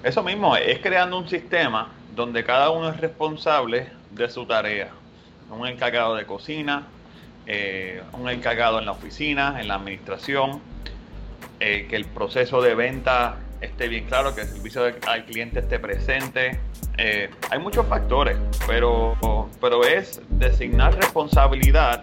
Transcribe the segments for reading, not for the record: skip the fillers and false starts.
Eso mismo, es creando un sistema donde cada uno es responsable de su tarea. Un encargado de cocina, un encargado en la oficina, en la administración, que el proceso de venta esté bien claro, que el servicio al cliente esté presente. Hay muchos factores, pero es designar responsabilidad.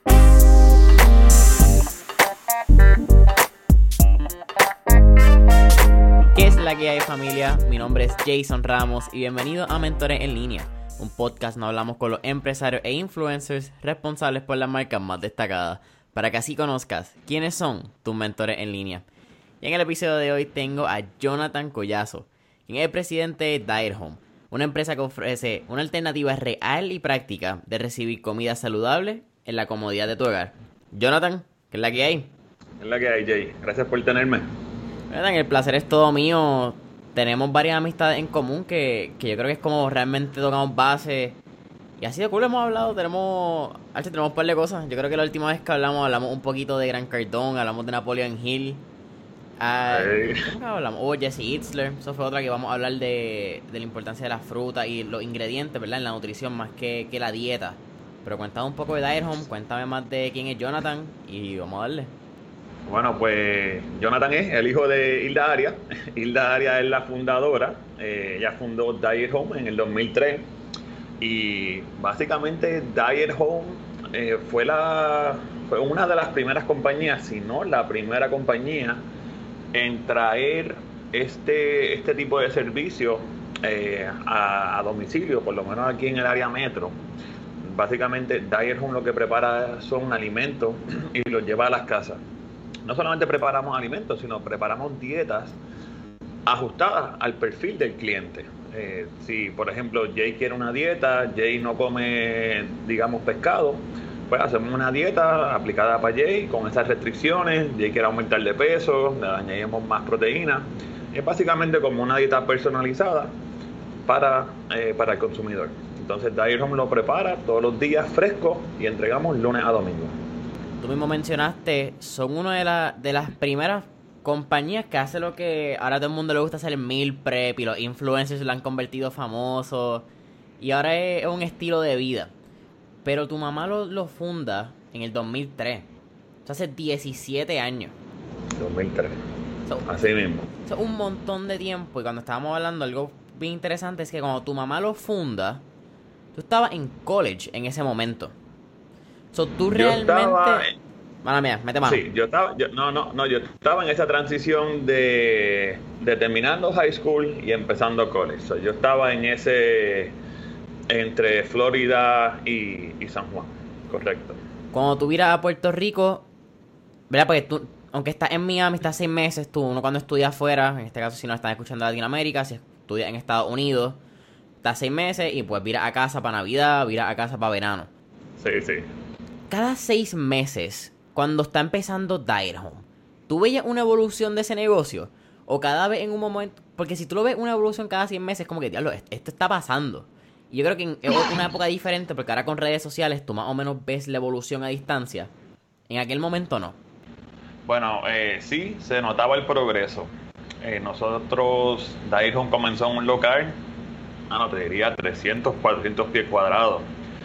¿Qué es la que hay, familia? Mi nombre es Jason Ramos y bienvenido a Mentores en Línea, un podcast donde hablamos con los empresarios e influencers responsables por las marcas más destacadas, para que así conozcas quiénes son tus mentores en línea. Y en el episodio de hoy tengo a Jonathan Collazo, quien es el presidente de Diet Home, una empresa que ofrece una alternativa real y práctica de recibir comida saludable en la comodidad de tu hogar. Jonathan, ¿qué es la que hay? Es la que hay, Jay. Gracias por tenerme. El placer es todo mío. Tenemos varias amistades en común que yo creo que es como realmente tocamos base. Y así de cool hemos hablado. Tenemos un par de cosas. Yo creo que la última vez que hablamos un poquito de Grant Cardone, hablamos de Napoleon Hill. ¿Cómo hablamos? Jesse Itzler. Eso fue otra que vamos a hablar de la importancia de la fruta y los ingredientes, ¿verdad? En la nutrición más que la dieta. Pero cuéntame un poco de Diet Home, cuéntame más de quién es Jonathan y vamos a darle. Bueno, pues Jonathan es el hijo de Hilda Arias. Hilda Arias es la fundadora. Ella fundó Diet Home en el 2003. Y básicamente Diet Home fue una de las primeras compañías, si no la primera compañía, en traer este tipo de servicio a domicilio, por lo menos aquí en el área metro. Básicamente Diet Home lo que prepara son alimentos y los lleva a las casas. No solamente preparamos alimentos, sino preparamos dietas ajustadas al perfil del cliente. Si, por ejemplo, Jay quiere una dieta, Jay no come, digamos, pescado, pues hacemos una dieta aplicada para Jay con esas restricciones. Jay quiere aumentar de peso, le añadimos más proteína. Es básicamente como una dieta personalizada para el consumidor. Entonces, Diet Home lo prepara todos los días fresco y entregamos lunes a domingo. Tú mismo mencionaste, son una de las primeras compañías que hace lo que ahora a todo el mundo le gusta hacer, el meal prep, y los influencers lo han convertido famoso y ahora es un estilo de vida. Pero tu mamá lo funda en el 2003, o sea, hace 17 años. 2003, así mismo. Eso es un montón de tiempo. Y cuando estábamos hablando, algo bien interesante es que cuando tu mamá lo funda, tú estabas en college en ese momento. Tú realmente... Mala mía, mete mano. Sí, yo estaba en esa transición de terminando high school y empezando college. Yo estaba en ese entre Florida y San Juan, correcto. Cuando tú vienes a Puerto Rico, ¿verdad? Porque tú, aunque estás en Miami, estás 6 meses, uno cuando estudia afuera, en este caso si no estás escuchando en Latinoamérica, si estudias en Estados Unidos, estás 6 meses y pues viras a casa para Navidad, viras a casa para verano. Sí, sí. Cada 6 meses, cuando está empezando Diet Home, ¿tú veías una evolución de ese negocio? O cada vez en un momento... Porque si tú lo ves una evolución cada 100 meses, es como que, diablo, esto está pasando. Y yo creo que es una época diferente, porque ahora con redes sociales tú más o menos ves la evolución a distancia. En aquel momento no. Bueno, sí, se notaba el progreso. Nosotros, Diet Home comenzó en un local, te diría 300, 400 pies cuadrados.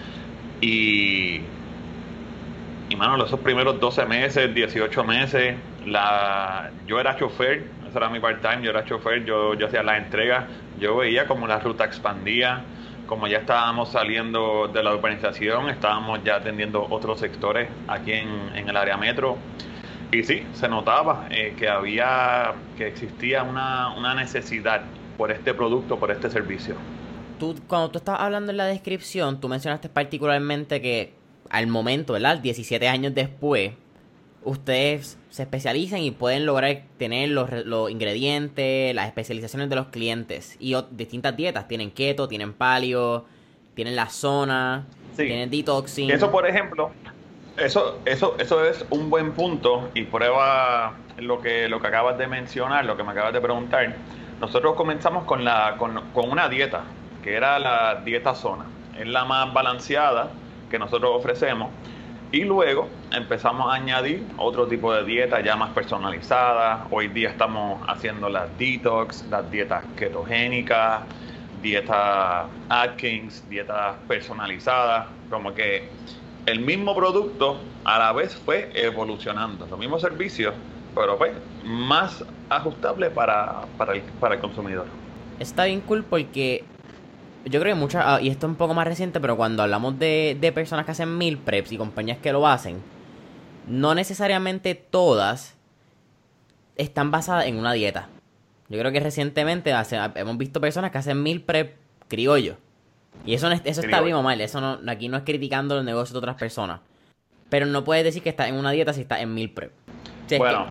Y mano, esos primeros 12 meses, 18 meses, yo era chofer, ese era mi part-time, yo era chofer, yo hacía las entregas, yo veía como la ruta expandía, como ya estábamos saliendo de la urbanización, estábamos ya atendiendo otros sectores aquí en el área metro. Y sí, se notaba que existía una necesidad por este producto, por este servicio. Cuando tú estabas hablando en la descripción, tú mencionaste particularmente que al momento, ¿verdad? 17 años después, ustedes se especializan y pueden lograr tener los ingredientes, las especializaciones de los clientes y distintas dietas. Tienen keto, tienen paleo, tienen la zona, sí, tienen detoxing. Eso, por ejemplo, eso es un buen punto y prueba lo que acabas de mencionar, lo que me acabas de preguntar. Nosotros comenzamos con una dieta, que era la dieta zona. Es la más balanceada que nosotros ofrecemos. Y luego empezamos a añadir otro tipo de dieta ya más personalizada. Hoy día estamos haciendo las detox, las dietas ketogénicas, dietas Atkins, dietas personalizadas. Como que el mismo producto a la vez fue evolucionando. Los mismos servicios, pero pues más ajustable para el consumidor. Está bien cool porque yo creo que muchas, y esto es un poco más reciente, pero cuando hablamos de personas que hacen meal preps y compañías que lo hacen, no necesariamente todas están basadas en una dieta. Yo creo que recientemente hemos visto personas que hacen meal prep criollo. Y eso, eso está bien o mal. Eso no, aquí no es criticando los negocios de otras personas. Pero no puedes decir que estás en una dieta si estás en meal prep. Si bueno,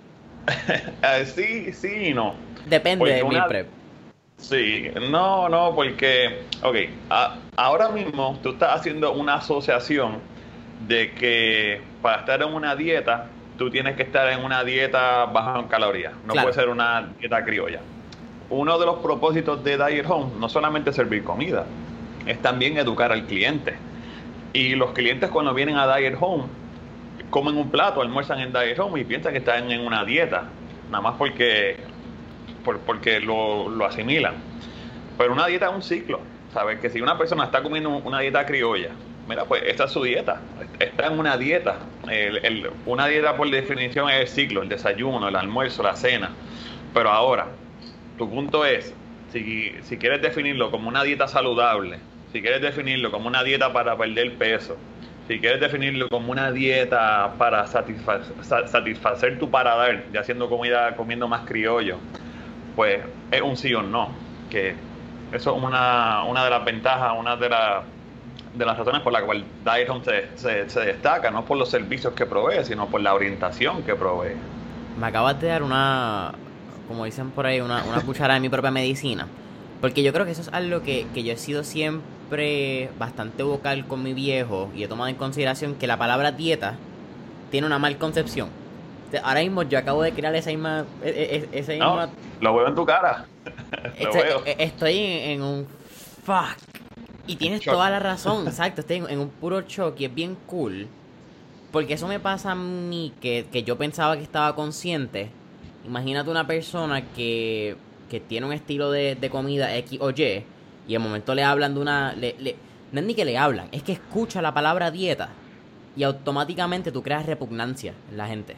sí y no. Depende de meal prep. Sí, no, porque, ok, ahora mismo tú estás haciendo una asociación de que para estar en una dieta, tú tienes que estar en una dieta baja en calorías, no Claro. puede ser una dieta criolla. Uno de los propósitos de Diet Home no solamente es servir comida, es también educar al cliente. Y los clientes cuando vienen a Diet Home, comen un plato, almuerzan en Diet Home y piensan que están en una dieta, nada más porque lo asimilan. Pero una dieta es un ciclo, ¿sabes? Que si una persona está comiendo una dieta criolla, mira, pues esta es su dieta, está en una dieta. Una dieta por definición es el ciclo, el desayuno, el almuerzo, la cena. Pero ahora, tu punto es, si quieres definirlo como una dieta saludable, si quieres definirlo como una dieta para perder peso, si quieres definirlo como una dieta para satisfacer tu paladar, ya haciendo comida, comiendo más criollo, pues es un sí o no, que eso es una de las ventajas, una de las razones por la cual Diet Home se destaca, no por los servicios que provee, sino por la orientación que provee. Me acabas de dar como dicen por ahí, una cucharada de mi propia medicina. Porque yo creo que eso es algo que yo he sido siempre bastante vocal con mi viejo y he tomado en consideración que la palabra dieta tiene una mal concepción. Ahora mismo yo acabo de crear esa misma... No, lo veo en tu cara. Lo veo. Estoy en un... Fuck. Y tienes toda la razón. Exacto, estoy en un puro shock y es bien cool. Porque eso me pasa a mí, que yo pensaba que estaba consciente. Imagínate una persona que tiene un estilo de comida X o Y y de momento le hablan de una... no es ni que le hablan, es que escucha la palabra dieta y automáticamente tú creas repugnancia en la gente.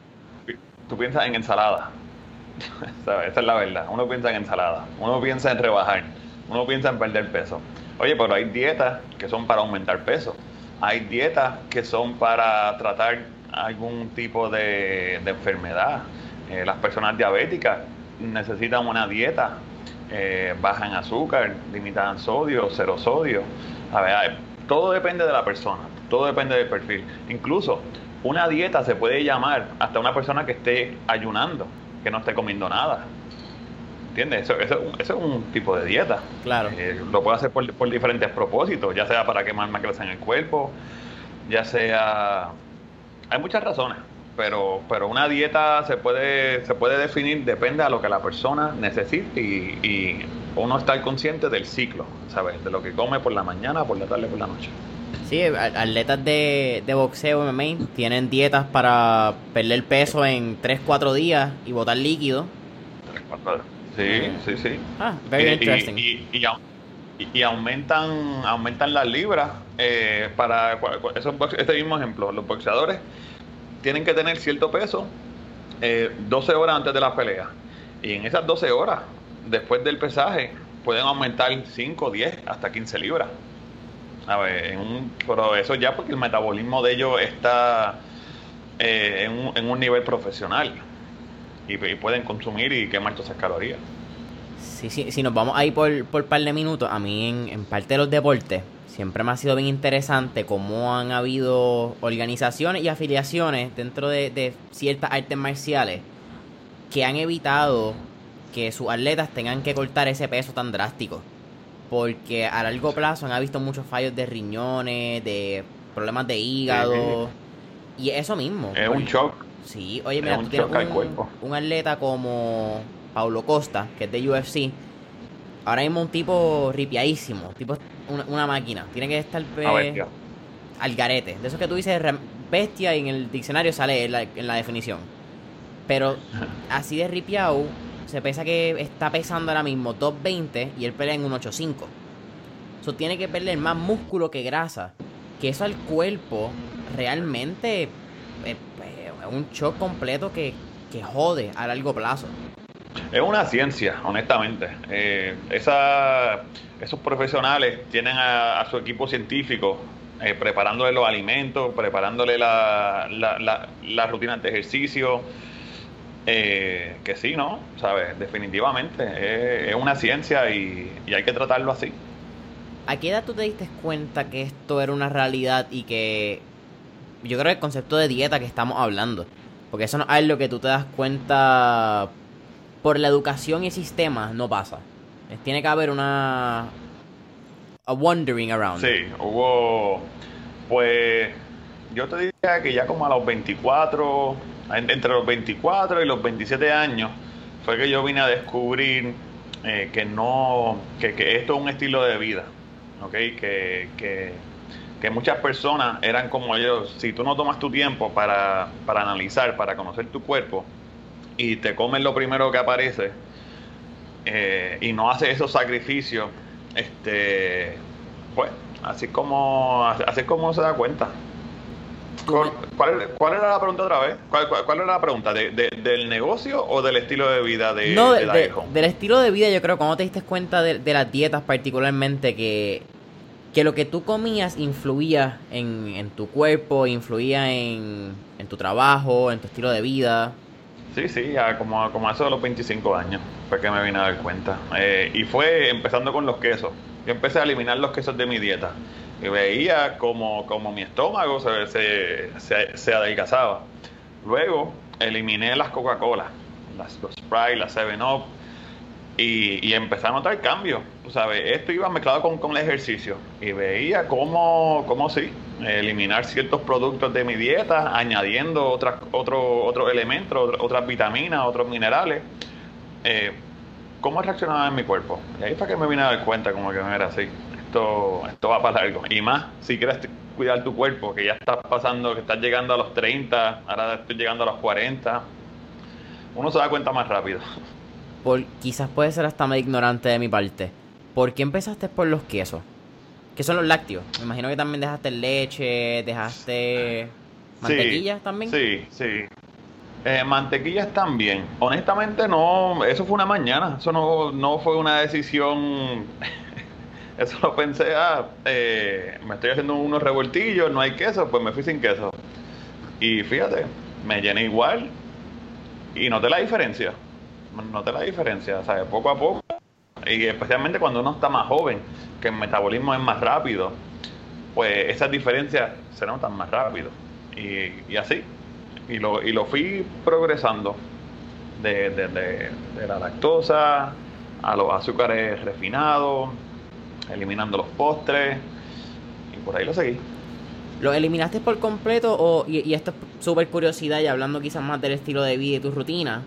Tú piensas en ensalada. ¿Sabes? Esa es la verdad. Uno piensa en ensalada, uno piensa en rebajar, uno piensa en perder peso. Oye, pero hay dietas que son para aumentar peso. Hay dietas que son para tratar algún tipo de enfermedad. Las personas diabéticas necesitan una dieta baja en azúcar, limitada en sodio, cero sodio. A ver, todo depende de la persona, todo depende del perfil. Incluso una dieta se puede llamar hasta una persona que esté ayunando, que no esté comiendo nada. ¿Entiendes? Eso es un tipo de dieta. Claro. Lo puede hacer por diferentes propósitos, ya sea para quemar más grasa en el cuerpo, ya sea... Hay muchas razones, pero una dieta se puede definir, depende a lo que la persona necesite y uno estar consciente del ciclo, ¿sabes? De lo que come por la mañana, por la tarde, por la noche. Sí, atletas de boxeo MMA tienen dietas para perder peso en 3-4 días y botar líquido. Sí. Very interesting. Y aumentan las libras este mismo ejemplo. Los boxeadores tienen que tener cierto peso 12 horas antes de la pelea. Y en esas 12 horas, después del pesaje, pueden aumentar 5, 10, hasta 15 libras. A ver, pero eso ya porque el metabolismo de ellos está en un nivel profesional. Y pueden consumir y quemar todas esas calorías. Sí, si nos vamos ahí por par de minutos, a mí en parte de los deportes siempre me ha sido bien interesante cómo han habido organizaciones y afiliaciones dentro de ciertas artes marciales que han evitado que sus atletas tengan que cortar ese peso tan drástico. Porque a largo plazo han visto muchos fallos de riñones, de problemas de hígado. Y eso mismo. Es un shock. Sí, oye, mira, tú tienes un atleta como Paulo Costa, que es de UFC. Ahora mismo un tipo ripiadísimo, tipo una máquina. Tiene que estar... al garete. De eso que tú dices bestia y en el diccionario sale en la definición. Pero así de ripiao, se pesa que está pesando ahora mismo 220 y él pelea en 185. Eso tiene que perder más músculo que grasa. Que eso al cuerpo realmente es un shock completo que jode a largo plazo. Es una ciencia, honestamente. Esos profesionales tienen a su equipo científico preparándole los alimentos, preparándole las rutinas de ejercicio. Que sí, ¿no? ¿Sabes? Definitivamente. Es una ciencia y hay que tratarlo así. ¿A qué edad tú te diste cuenta que esto era una realidad y que yo creo que el concepto de dieta que estamos hablando, porque eso no es algo que tú te das cuenta por la educación y el sistema, no pasa. Tiene que haber a wandering around. Sí, hubo, pues, yo te diría que ya como a los 24, entre los 24 y los 27 años, fue que yo vine a descubrir que esto es un estilo de vida, ¿ok? Que muchas personas eran como ellos. Si tú no tomas tu tiempo para analizar, para conocer tu cuerpo, y te comes lo primero que aparece, y no haces esos sacrificios, pues así es como se da cuenta. ¿Cuál era la pregunta otra vez? ¿Cuál era la pregunta? ¿Del negocio o del estilo de vida de Diet Home? Del estilo de vida, yo creo. ¿Cómo te diste cuenta de las dietas particularmente que lo que tú comías influía en tu cuerpo, influía en tu trabajo, en tu estilo de vida? Sí, como a eso de los 25 años fue que me vine a dar cuenta. Y fue empezando con los quesos. Yo empecé a eliminar los quesos de mi dieta. Y veía como mi estómago se adelgazaba. Luego eliminé las Coca-Cola, los Sprite, las 7-Up, y empecé a notar cambios. Tú sabes, esto iba mezclado con el ejercicio. Y veía cómo sí, eliminar ciertos productos de mi dieta, añadiendo otros elementos, otras vitaminas, otros minerales. ¿Cómo reaccionaba en mi cuerpo? Y ahí fue que me vine a dar cuenta como que no era así. Esto va para largo. Y más, si quieres cuidar tu cuerpo, que ya estás pasando, que estás llegando a los 30, ahora estoy llegando a los 40, uno se da cuenta más rápido. Quizás puede ser hasta más ignorante de mi parte. ¿Por qué empezaste por los quesos? ¿Qué son los lácteos? Me imagino que también dejaste leche, dejaste mantequilla también. Sí. Mantequillas también. Honestamente no, eso fue una mañana, eso no fue una decisión. Eso lo pensé, me estoy haciendo unos revoltillos, no hay queso, pues me fui sin queso. Y fíjate, me llené igual y noté la diferencia. ¿Sabes? Poco a poco. Y especialmente cuando uno está más joven, que el metabolismo es más rápido, pues esas diferencias se notan más rápido. Y así. Y lo fui progresando de la lactosa a los azúcares refinados, eliminando los postres, y por ahí lo seguí. ¿Lo eliminaste por completo y esto es súper curiosidad y hablando quizás más del estilo de vida y tu rutina?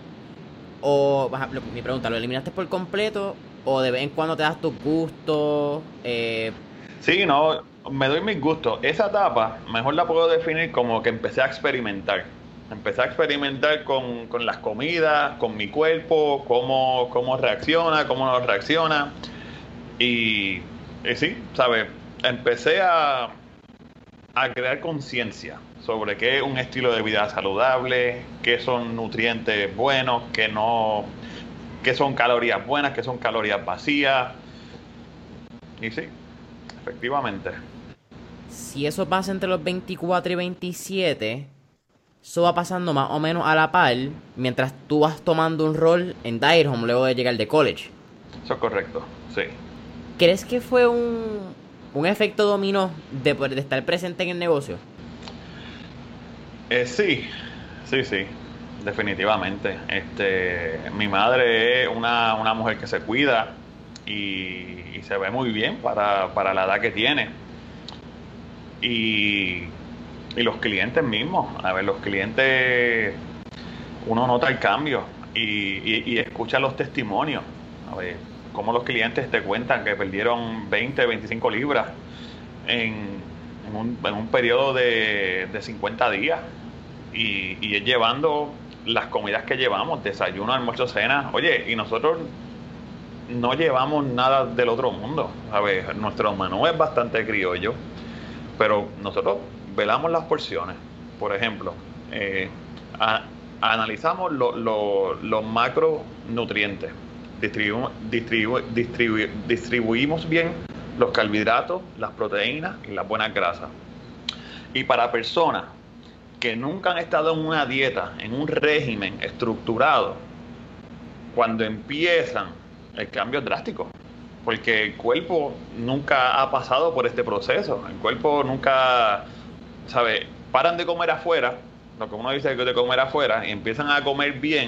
Mi pregunta, ¿lo eliminaste por completo o de vez en cuando te das tus gustos? Sí, no, me doy mis gustos. Esa etapa mejor la puedo definir como que empecé a experimentar. Empecé a experimentar con las comidas, con mi cuerpo, cómo reacciona, cómo no reacciona. Y sí, ¿sabes? Empecé a crear conciencia sobre qué es un estilo de vida saludable, qué son nutrientes buenos, qué son calorías buenas, qué son calorías vacías. Y sí, efectivamente. Si eso pasa entre los 24 y 27, eso va pasando más o menos a la par mientras tú vas tomando un rol en Diet Home luego de llegar de college. Eso es correcto, sí. ¿Crees que fue un efecto dominó de estar presente en el negocio? Sí, definitivamente. Mi madre es una mujer que se cuida y se ve muy bien para la edad que tiene. Y los clientes mismos, los clientes, uno nota el cambio y escucha los testimonios. Cómo los clientes te cuentan que perdieron 20, 25 libras en en un periodo de 50 días y es llevando las comidas que llevamos, desayuno, almuerzo, cena. Oye, y nosotros no llevamos nada del otro mundo, ¿sabes? Nuestro menú es bastante criollo, pero nosotros velamos las porciones. Por ejemplo, a- analizamos los macronutrientes, distribuimos bien los carbohidratos, las proteínas y las buenas grasas. Y para personas que nunca han estado en una dieta, en un régimen estructurado, cuando empiezan, el cambio es drástico, porque el cuerpo nunca ha pasado por este proceso, el cuerpo nunca, ¿sabe? Paran de comer afuera, lo que uno dice que es de comer afuera, y empiezan a comer bien,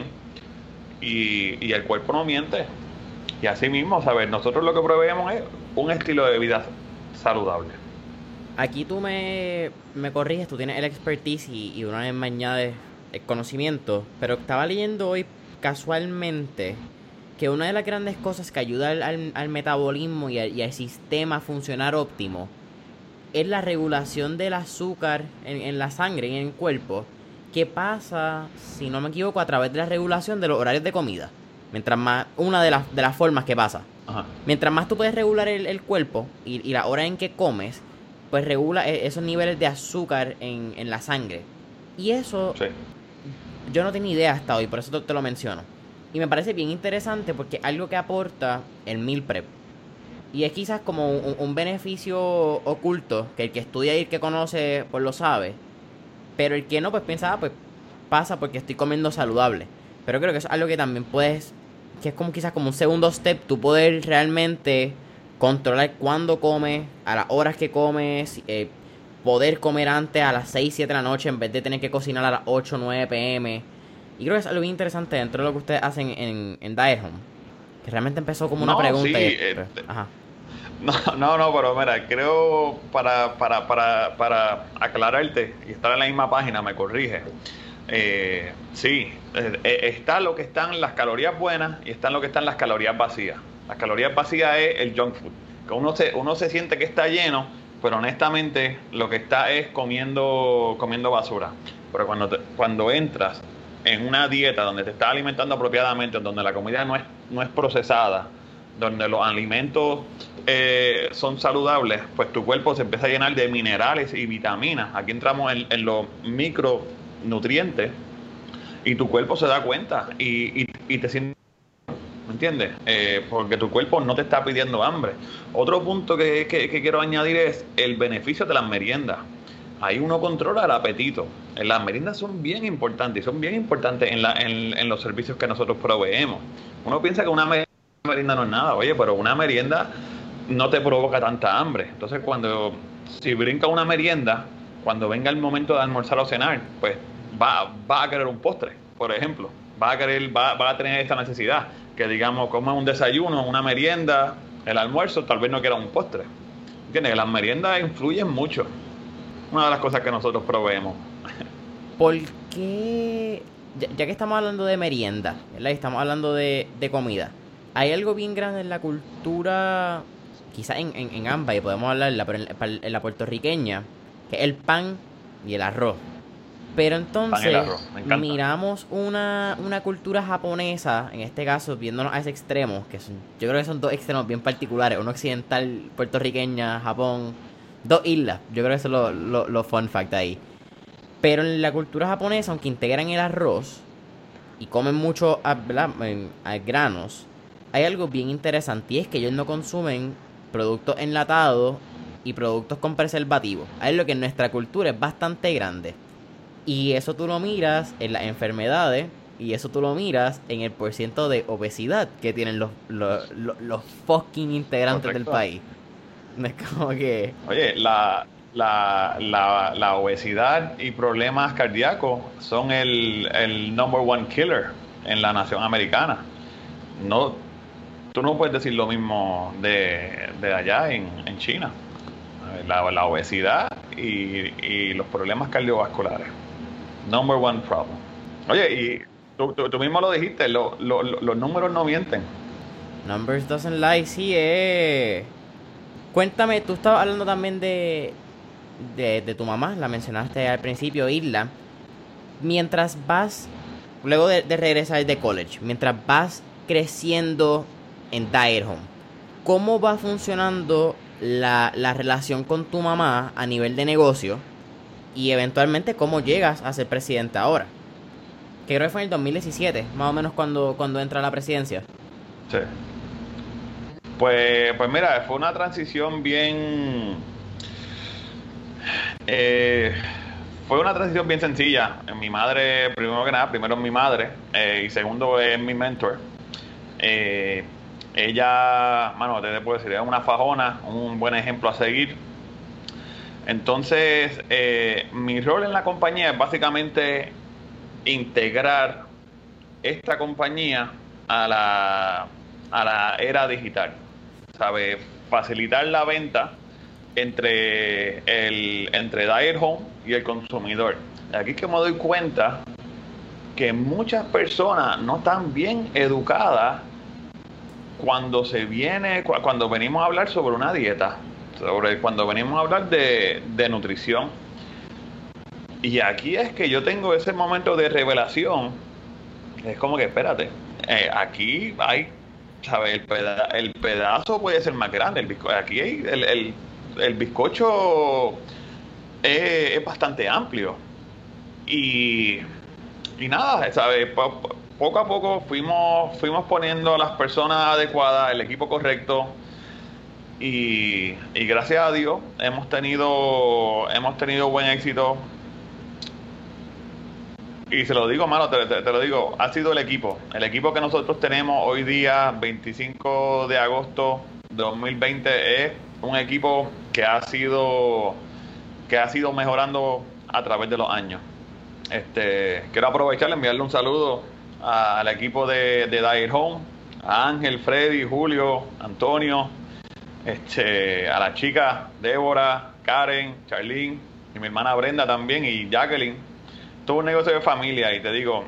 y el cuerpo no miente. Y así mismo, ¿sabes? Nosotros lo que proveemos es un estilo de vida saludable. Aquí tú me corriges, tú tienes el expertise y una vez me añades el conocimiento, pero estaba leyendo hoy casualmente que una de las grandes cosas que ayuda al metabolismo y al sistema a funcionar óptimo es la regulación del azúcar en la sangre, en el cuerpo, que pasa, si no me equivoco, a través de la regulación de los horarios de comida. Mientras más, una de las formas que pasa. Ajá. Mientras más tú puedes regular el cuerpo y la hora en que comes, pues regula esos niveles de azúcar en la sangre. Y eso Sí. yo no tenía idea hasta hoy, por eso te lo menciono. Y me parece bien interesante porque algo que aporta el meal prep. Y es quizás como un beneficio oculto, que el que estudia y el que conoce, pues lo sabe. Pero el que no, pues piensa, pues pasa porque estoy comiendo saludable. Pero creo que eso es algo que también puedes, que es como quizás como un segundo step, tú poder realmente controlar cuándo comes, a las horas que comes, poder comer antes a las 6 7 de la noche en vez de tener que cocinar a las 8 9 pm. Y creo que es algo bien interesante dentro de lo que ustedes hacen en Diet Home. Que realmente empezó como una No, pregunta. sí. Ajá. No, pero mira, creo para aclararte y estar en la misma página, me corrige. Sí, está lo que están las calorías buenas y están lo que están las calorías vacías. Las calorías vacías es el junk food, que uno se siente que está lleno, pero honestamente lo que está es comiendo basura. Pero cuando entras en una dieta donde te estás alimentando apropiadamente, donde la comida no es procesada, donde los alimentos son saludables, pues tu cuerpo se empieza a llenar de minerales y vitaminas. Aquí entramos en los micronutrientes y tu cuerpo se da cuenta y te sientes, ¿me entiendes? Porque tu cuerpo no te está pidiendo hambre. Otro punto que quiero añadir es el beneficio de las meriendas. Ahí uno controla el apetito. Las meriendas son bien importantes y son bien importantes en los servicios que nosotros proveemos. Uno piensa que una merienda no es nada, oye, pero una merienda no te provoca tanta hambre. Entonces, si brinca una merienda, cuando venga el momento de almorzar o cenar, pues va a querer un postre, por ejemplo. Va a tener esta necesidad, que digamos, come un desayuno, una merienda, el almuerzo, tal vez no quiera un postre. ¿Entiendes? Las meriendas influyen mucho. Una de las cosas que nosotros proveemos. ¿Por qué? Ya que estamos hablando de merienda, ¿verdad? Y estamos hablando de comida. Hay algo bien grande en la cultura, quizás en ambas, y podemos hablarla, pero en la puertorriqueña, que es el pan y el arroz. Pero Pan y el entonces arroz, me encanta. miramos una cultura japonesa, en este caso, viéndonos a ese extremo, yo creo que son dos extremos bien particulares, uno occidental, puertorriqueña, Japón, dos islas, yo creo que eso es lo fun fact ahí. Pero en la cultura japonesa, aunque integran el arroz y comen mucho a granos, hay algo bien interesante y es que ellos no consumen productos enlatados y productos con preservativos. Hay algo que en nuestra cultura es bastante grande. Y eso tú lo miras en las enfermedades y eso tú lo miras en el porciento de obesidad que tienen los fucking integrantes del Correcto. país. No es como que... Oye, la obesidad y problemas cardíacos son el number one killer en la nación americana. No, tú no puedes decir lo mismo de allá en China. La obesidad y los problemas cardiovasculares. Number one problem. Oye, y tú mismo lo dijiste, los números no mienten. Numbers doesn't lie, sí, Cuéntame, tú estabas hablando también de tu mamá, la mencionaste al principio, Isla, mientras vas, luego de regresar de college, mientras vas creciendo en Dyer Home, ¿cómo va funcionando la relación con tu mamá a nivel de negocio? Y eventualmente cómo llegas a ser presidente ahora. Que creo que fue en el 2017, más o menos cuando entra a la presidencia. Sí. Pues mira, fue una transición bien... fue una transición bien sencilla. Mi madre, primero que nada, primero es mi madre y segundo es mi mentor. Eh, Ella, mano, te puedo decir, es una fajona, un buen ejemplo a seguir. Entonces, mi rol en la compañía es básicamente integrar esta compañía a la era digital, ¿sabes? Facilitar la venta entre Dyer Home y el consumidor. Aquí es que me doy cuenta que muchas personas no están bien educadas cuando venimos a hablar sobre una dieta, cuando venimos a hablar de nutrición. Y aquí es que yo tengo ese momento de revelación. Es como que, espérate, aquí hay, ¿sabes? El pedazo puede ser más grande. Aquí hay el bizcocho es bastante amplio. Y, y nada, ¿sabes? Poco a poco fuimos poniendo a las personas adecuadas, el equipo correcto. Y gracias a Dios hemos tenido buen éxito. Y se lo digo, mano, te lo digo, ha sido el equipo. El equipo que nosotros tenemos hoy día, 25 de agosto de 2020, es un equipo que ha sido mejorando a través de los años. Quiero aprovechar y enviarle un saludo al equipo de Dyer Home, a Ángel, Freddy, Julio, Antonio, a las chicas Débora, Karen, Charlene y mi hermana Brenda también y Jacqueline. Todo un negocio de familia y te digo,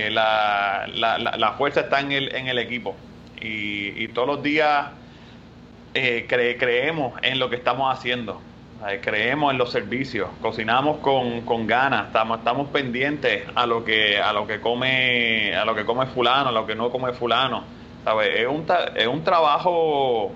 la fuerza está en el equipo y todos los días creemos en lo que estamos haciendo, creemos en los servicios, cocinamos con ganas, estamos pendientes a lo que come fulano, a lo que no come fulano, ¿sabes? Es un trabajo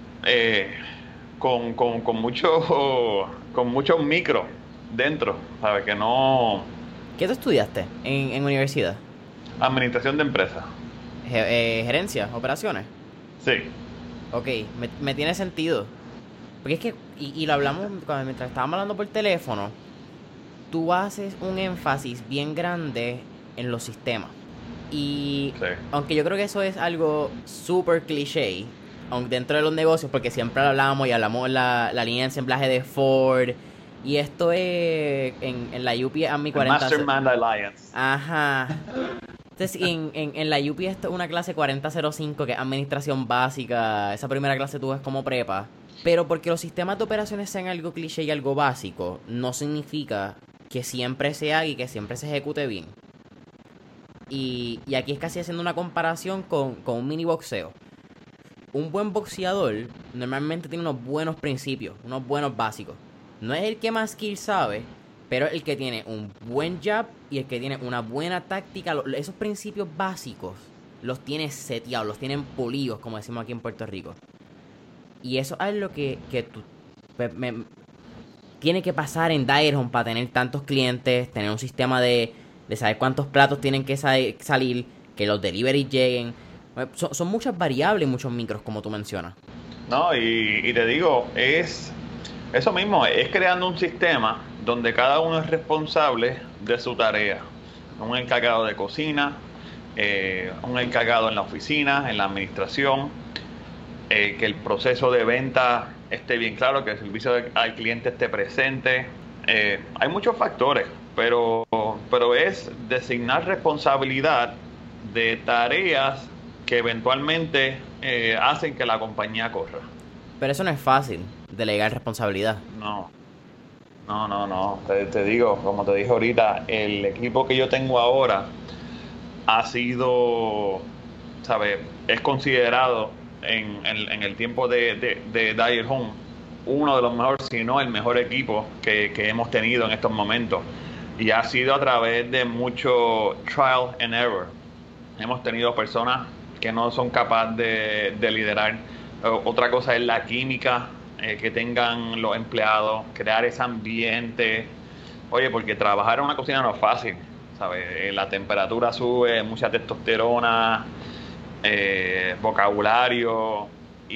con muchos micros dentro, ¿sabes? Que no... ¿Qué tú estudiaste en universidad? Administración de empresas. Gerencia, operaciones. Sí. Ok, me tiene sentido. Porque es que, y lo hablamos mientras estábamos hablando por teléfono, tú haces un énfasis bien grande en los sistemas. Y Sí. aunque yo creo que eso es algo súper cliché, aunque dentro de los negocios, porque siempre lo hablamos y hablamos la línea de ensamblaje de Ford. Y esto es en la UPS AMI 40. Mastermind Alliance. Ajá. Entonces, en la UPS esto es una clase 4005, que es administración básica. Esa primera clase tú ves como prepa. Pero porque los sistemas de operaciones sean algo cliché y algo básico, no significa que siempre se haga y que siempre se ejecute bien. Y aquí es casi haciendo una comparación con un mini boxeo. Un buen boxeador normalmente tiene unos buenos principios, unos buenos básicos. No es el que más skill sabe, pero el que tiene un buen jab y el que tiene una buena táctica. Esos principios básicos los tiene seteados, los tienen pulidos, como decimos aquí en Puerto Rico. Y eso es lo que tú tiene que pasar en Dyer Home para tener tantos clientes, tener un sistema de saber cuántos platos tienen que salir, que los deliveries lleguen. Son muchas variables y muchos micros, como tú mencionas. No, y te digo, es eso mismo, es creando un sistema donde cada uno es responsable de su tarea. Un encargado de cocina, un encargado en la oficina, en la administración, que el proceso de venta esté bien claro, que el servicio al cliente esté presente. Hay muchos factores, pero es designar responsabilidad de tareas que eventualmente hacen que la compañía corra. Pero eso no es fácil, delegar responsabilidad. No. Te digo, como te dije ahorita, el equipo que yo tengo ahora ha sido, ¿sabes? Es considerado en el tiempo de Dyer Home uno de los mejores, si no el mejor equipo que hemos tenido en estos momentos. Y ha sido a través de mucho trial and error. Hemos tenido personas que no son capaces de liderar. Otra cosa es la química que tengan los empleados, crear ese ambiente. Oye, porque trabajar en una cocina no es fácil, ¿sabes? La temperatura sube, mucha testosterona, vocabulario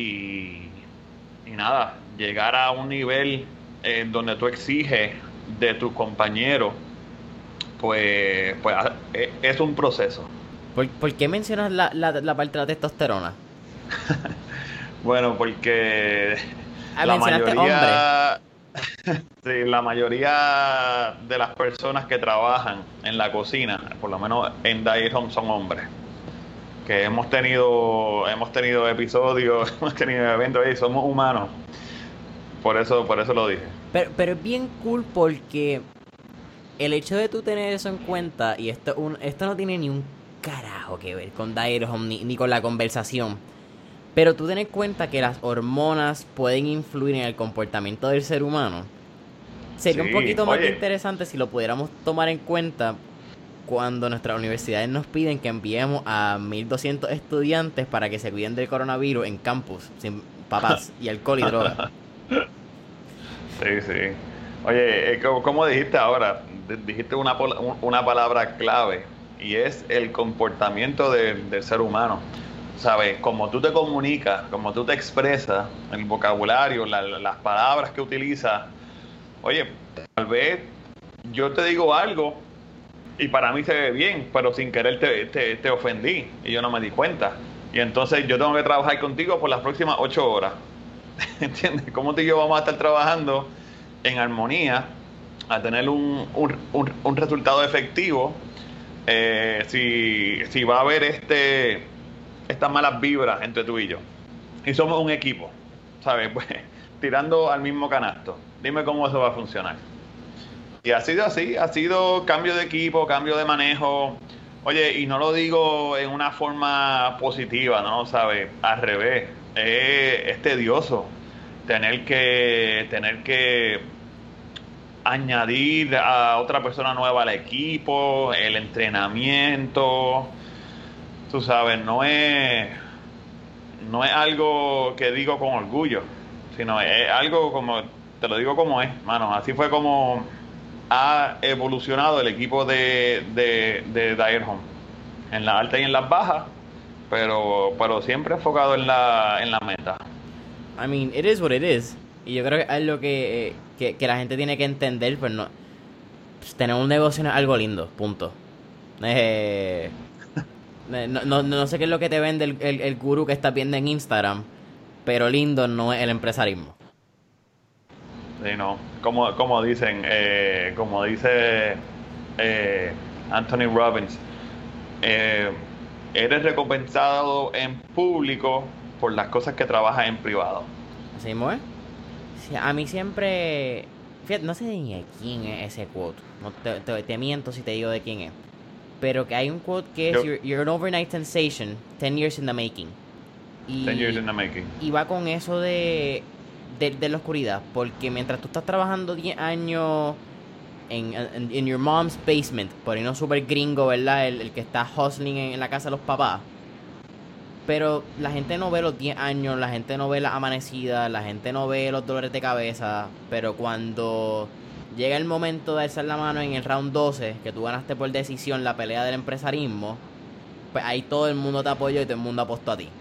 y nada, llegar a un nivel donde tú exiges de tus compañeros, pues es un proceso. ¿Por qué mencionas la parte de la testosterona? Bueno, porque la Mencionaste hombre. mayoría, sí, la mayoría de las personas que trabajan en la cocina, por lo menos en Diet Home, son hombres. Que hemos tenido episodios, hemos tenido eventos y somos humanos. Por eso lo dije. Pero es bien cool porque el hecho de tú tener eso en cuenta, y esto no tiene ni un carajo que ver con Diet Home ni con la conversación, pero tú tener cuenta que las hormonas pueden influir en el comportamiento del ser humano, sería un poquito más interesante si lo pudiéramos tomar en cuenta cuando nuestras universidades nos piden que enviemos a 1,200 estudiantes para que se cuiden del coronavirus en campus, sin papás y alcohol y droga. Sí. Oye, como dijiste ahora, dijiste una palabra clave, y es el comportamiento del ser humano. ¿Sabes? Como tú te comunicas, como tú te expresas, el vocabulario, las palabras que utilizas. Oye, tal vez yo te digo algo y para mí se ve bien, pero sin querer te ofendí y yo no me di cuenta. Y entonces yo tengo que trabajar contigo por las próximas 8 horas. ¿Entiendes? ¿Cómo tú y yo vamos a estar trabajando en armonía a tener un resultado efectivo si va a haber estas malas vibras entre tú y yo? Y somos un equipo, ¿sabes? Pues tirando al mismo canasto. Dime cómo eso va a funcionar. Y ha sido así, ha sido cambio de equipo, cambio de manejo. Oye, y no lo digo en una forma positiva, ¿no? ¿Sabes? Al revés, es tedioso tener que añadir a otra persona nueva al equipo, el entrenamiento. Tú sabes, no es algo que digo con orgullo, sino es algo como, te lo digo como es, mano. Así fue como ha evolucionado el equipo de Diet Home, en las altas y en las bajas, pero siempre enfocado en la meta. I mean, it is what it is. Y yo creo que es algo que la gente tiene que entender, pues no. Pues tener un negocio es algo lindo, punto. No sé qué es lo que te vende el gurú que estás viendo en Instagram, pero lindo no es el empresarismo. Sí, no. Como dice Anthony Robbins, eres recompensado en público por las cosas que trabajas en privado. ¿Así mismo es? Sí, a mí siempre... Fíjate, no sé ni de quién es ese quote. No te miento si te digo de quién es. Pero que hay un quote que es You're an overnight sensation, 10 years in the making. 10 years in the making. Y va con eso de la oscuridad. Porque mientras tú estás trabajando 10 años en your mom's basement, por ahí no super gringo, ¿verdad? El que está hustling en la casa de los papás. Pero la gente no ve los 10 años, la gente no ve las amanecidas, la gente no ve los dolores de cabeza. Pero cuando llega el momento de alzar la mano en el round 12, que tú ganaste por decisión la pelea del empresarismo, pues ahí todo el mundo te apoyó y todo el mundo apostó a ti.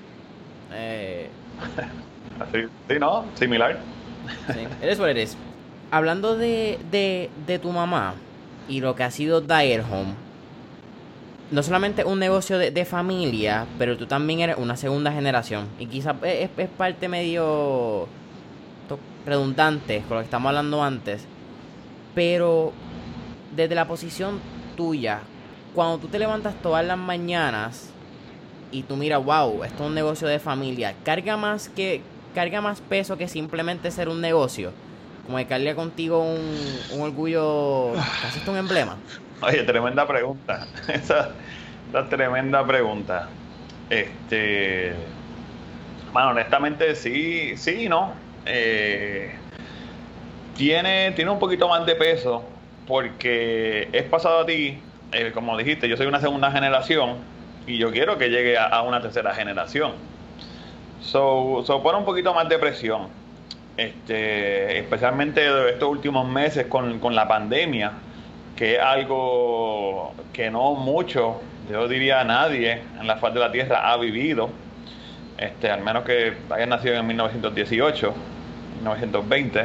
Así, sí, ¿no? Similar. Sí, it is what it is. Hablando de tu mamá y lo que ha sido Diet Home, no solamente un negocio de familia, pero tú también eres una segunda generación. Y quizás es parte medio redundante con lo que estamos hablando antes. Pero desde la posición tuya, cuando tú te levantas todas las mañanas y tú miras, wow, esto es un negocio de familia, carga más peso que simplemente ser un negocio. Como que carga contigo un orgullo, casi un emblema. Oye, tremenda pregunta. Esa tremenda pregunta. Bueno, honestamente sí y no. tiene un poquito más de peso porque es pasado a ti, como dijiste, yo soy una segunda generación y yo quiero que llegue a una tercera generación. So pone un poquito más de presión, especialmente estos últimos meses con la pandemia, que es algo que no mucho, yo diría nadie en la faz de la Tierra ha vivido, al menos que hayan nacido en 1918, 1920.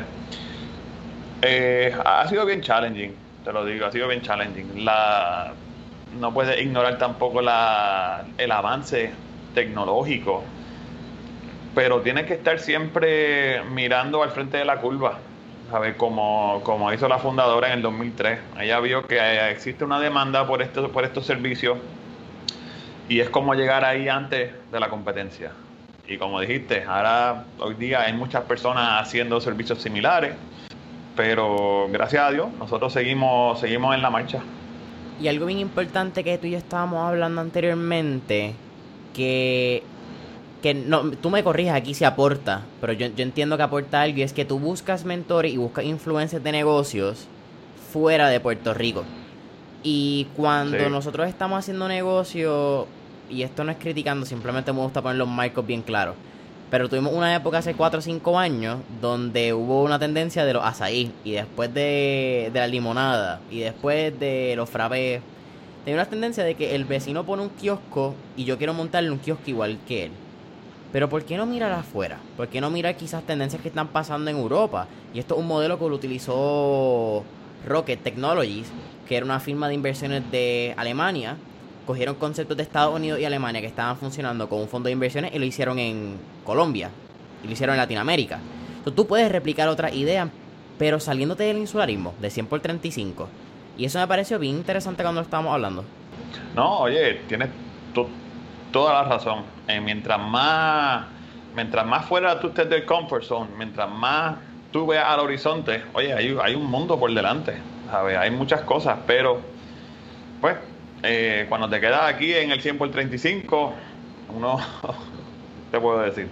Ha sido bien challenging, te lo digo, ha sido bien challenging. No puedes ignorar tampoco el avance tecnológico, pero tienes que estar siempre mirando al frente de la curva, ¿sabes? Como hizo la fundadora en el 2003. Ella vio que existe una demanda por estos servicios y es como llegar ahí antes de la competencia. Y como dijiste, ahora hoy día hay muchas personas haciendo servicios similares, pero gracias a Dios nosotros seguimos en la marcha. Y algo bien importante que tú y yo estábamos hablando anteriormente, que no, tú me corriges aquí si aporta, pero yo entiendo que aporta algo, y es que tú buscas mentores y buscas influencers de negocios fuera de Puerto Rico. Y cuando nosotros estamos haciendo negocio, y esto no es criticando, simplemente me gusta poner los marcos bien claros, pero tuvimos una época hace 4 o 5 años donde hubo una tendencia de los azaí, y después de la limonada, y después de los frappés, tenía una tendencia de que el vecino pone un kiosco y yo quiero montarle un kiosco igual que él. Pero ¿por qué no mirar afuera? ¿Por qué no mirar quizás tendencias que están pasando en Europa? Y esto es un modelo que lo utilizó Rocket Technologies, que era una firma de inversiones de Alemania. Cogieron conceptos de Estados Unidos y Alemania que estaban funcionando con un fondo de inversiones y lo hicieron en Colombia. Y lo hicieron en Latinoamérica. Entonces tú puedes replicar otras ideas, pero saliéndote del insularismo, de 100 por 35. Y eso me pareció bien interesante cuando lo estábamos hablando. No, oye, tienes toda la razón. Mientras más fuera tú estés del comfort zone, mientras más tú veas al horizonte, oye, hay un mundo por delante, ¿sabes? Hay muchas cosas, pero pues cuando te quedas aquí en el 100 por 35, uno, te puedo decir,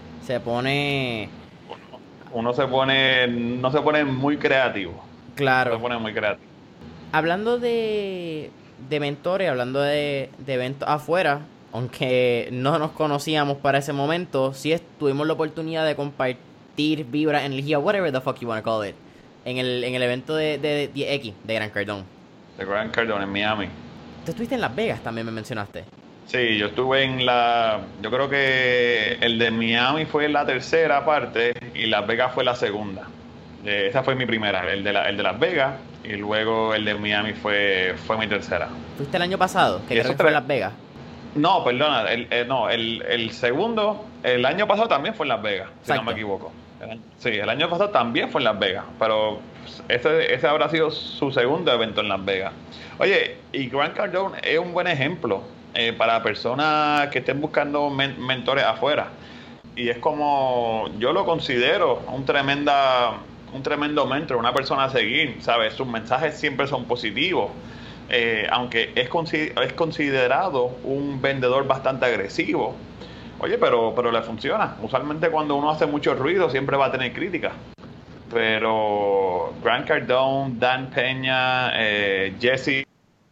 uno no se pone muy creativo. Claro. Se pone muy creativo. Hablando de mentores, hablando de eventos afuera, aunque no nos conocíamos para ese momento, sí tuvimos la oportunidad de compartir vibra, energía, whatever the fuck you wanna call it, en el evento de 10X, de Grant Cardone. De Grant Cardone en Miami. ¿Tú estuviste en Las Vegas también, me mencionaste? Sí, yo estuve yo creo que el de Miami fue la tercera parte y Las Vegas fue la segunda. Esa fue mi primera, el de Las Vegas, y luego el de Miami fue mi tercera. ¿Fuiste el año pasado? Que creo que fue en Las Vegas. No, perdona, el segundo, el año pasado también fue en Las Vegas, si no me equivoco. Sí, el año pasado también fue en Las Vegas, pero ese habrá sido su segundo evento en Las Vegas. Oye, y Grant Cardone es un buen ejemplo para personas que estén buscando mentores afuera. Y es como, yo lo considero un tremendo mentor, una persona a seguir, ¿sabes? Sus mensajes siempre son positivos. Aunque es considerado un vendedor bastante agresivo, oye, pero le funciona. Usualmente cuando uno hace mucho ruido siempre va a tener críticas, pero Grant Cardone, Dan Peña, Jesse,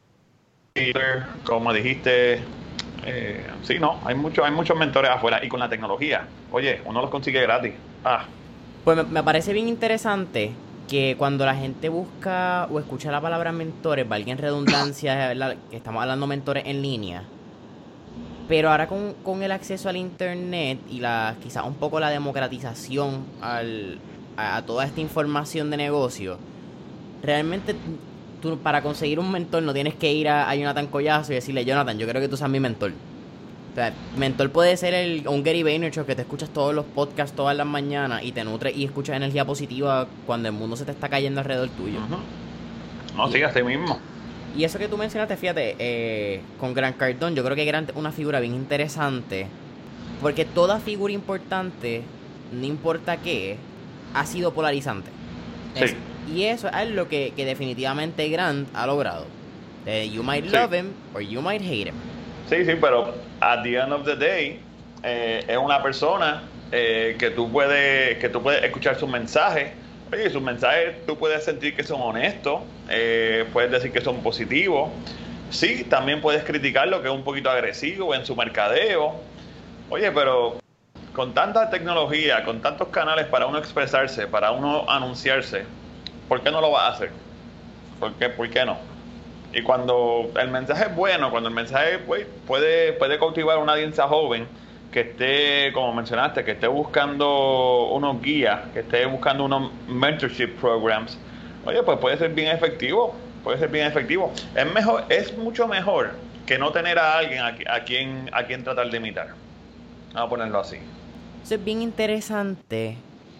como dijiste, sí, no, hay muchos mentores afuera, y con la tecnología, oye, uno los consigue gratis. Pues me parece bien interesante que cuando la gente busca o escucha la palabra mentores, valga en redundancia, ¿verdad? Que estamos hablando mentores en línea, pero ahora con el acceso al internet y quizás un poco la democratización a toda esta información de negocio, realmente tú para conseguir un mentor no tienes que ir a Jonathan Collazo y decirle: Jonathan, yo creo que tú seas mi mentor. O sea, mentor puede ser un Gary Vaynerchuk que te escuchas todos los podcasts todas las mañanas y te nutre y escuchas energía positiva cuando el mundo se te está cayendo alrededor tuyo. No, sí, así mismo. Y eso que tú mencionaste, fíjate, con Grant Cardone, yo creo que Grant es una figura bien interesante, porque toda figura importante, no importa qué, ha sido polarizante. Sí. Y eso es lo que definitivamente Grant ha logrado. You might love him or you might hate him. Sí, pero at the end of the day, es una persona que tú puedes escuchar sus mensajes. Oye, sus mensajes tú puedes sentir que son honestos, puedes decir que son positivos. Sí, también puedes criticar lo que es un poquito agresivo en su mercadeo. Oye, pero con tanta tecnología, con tantos canales para uno expresarse, para uno anunciarse, ¿por qué no lo vas a hacer? ¿Por qué no? Y cuando el mensaje es bueno, cuando el mensaje pues, puede cautivar a una audiencia joven que esté, como mencionaste, que esté buscando unos guías, que esté buscando unos mentorship programs, oye, pues puede ser bien efectivo, puede ser bien efectivo. Es mucho mejor que no tener a alguien a quien tratar de imitar. Vamos a ponerlo así. Eso es bien interesante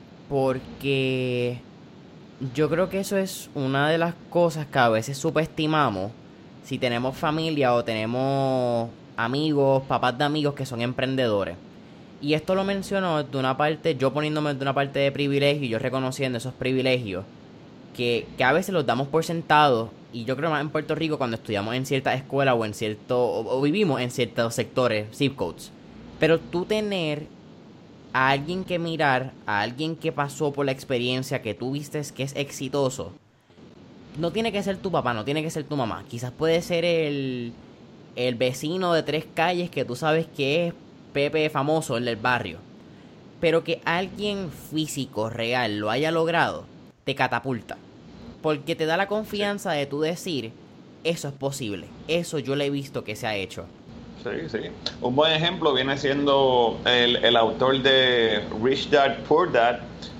porque yo creo que eso es una de las cosas que a veces subestimamos si tenemos familia o tenemos amigos, papás de amigos que son emprendedores. Y esto lo menciono de una parte, yo poniéndome de una parte de privilegio y yo reconociendo esos privilegios que a veces los damos por sentados. Y yo creo más en Puerto Rico cuando estudiamos en ciertas escuelas o vivimos en ciertos sectores, zip codes. Pero tú tener a alguien que mirar, a alguien que pasó por la experiencia que tú viste que es exitoso, no tiene que ser tu papá, no tiene que ser tu mamá. Quizás puede ser el vecino de 3 calles que tú sabes que es Pepe famoso, el del barrio. Pero que alguien físico, real, lo haya logrado, te catapulta. Porque te da la confianza de tú decir, eso es posible, eso yo le he visto que se ha hecho. Sí, sí. Un buen ejemplo viene siendo el autor de Rich Dad, Poor Dad,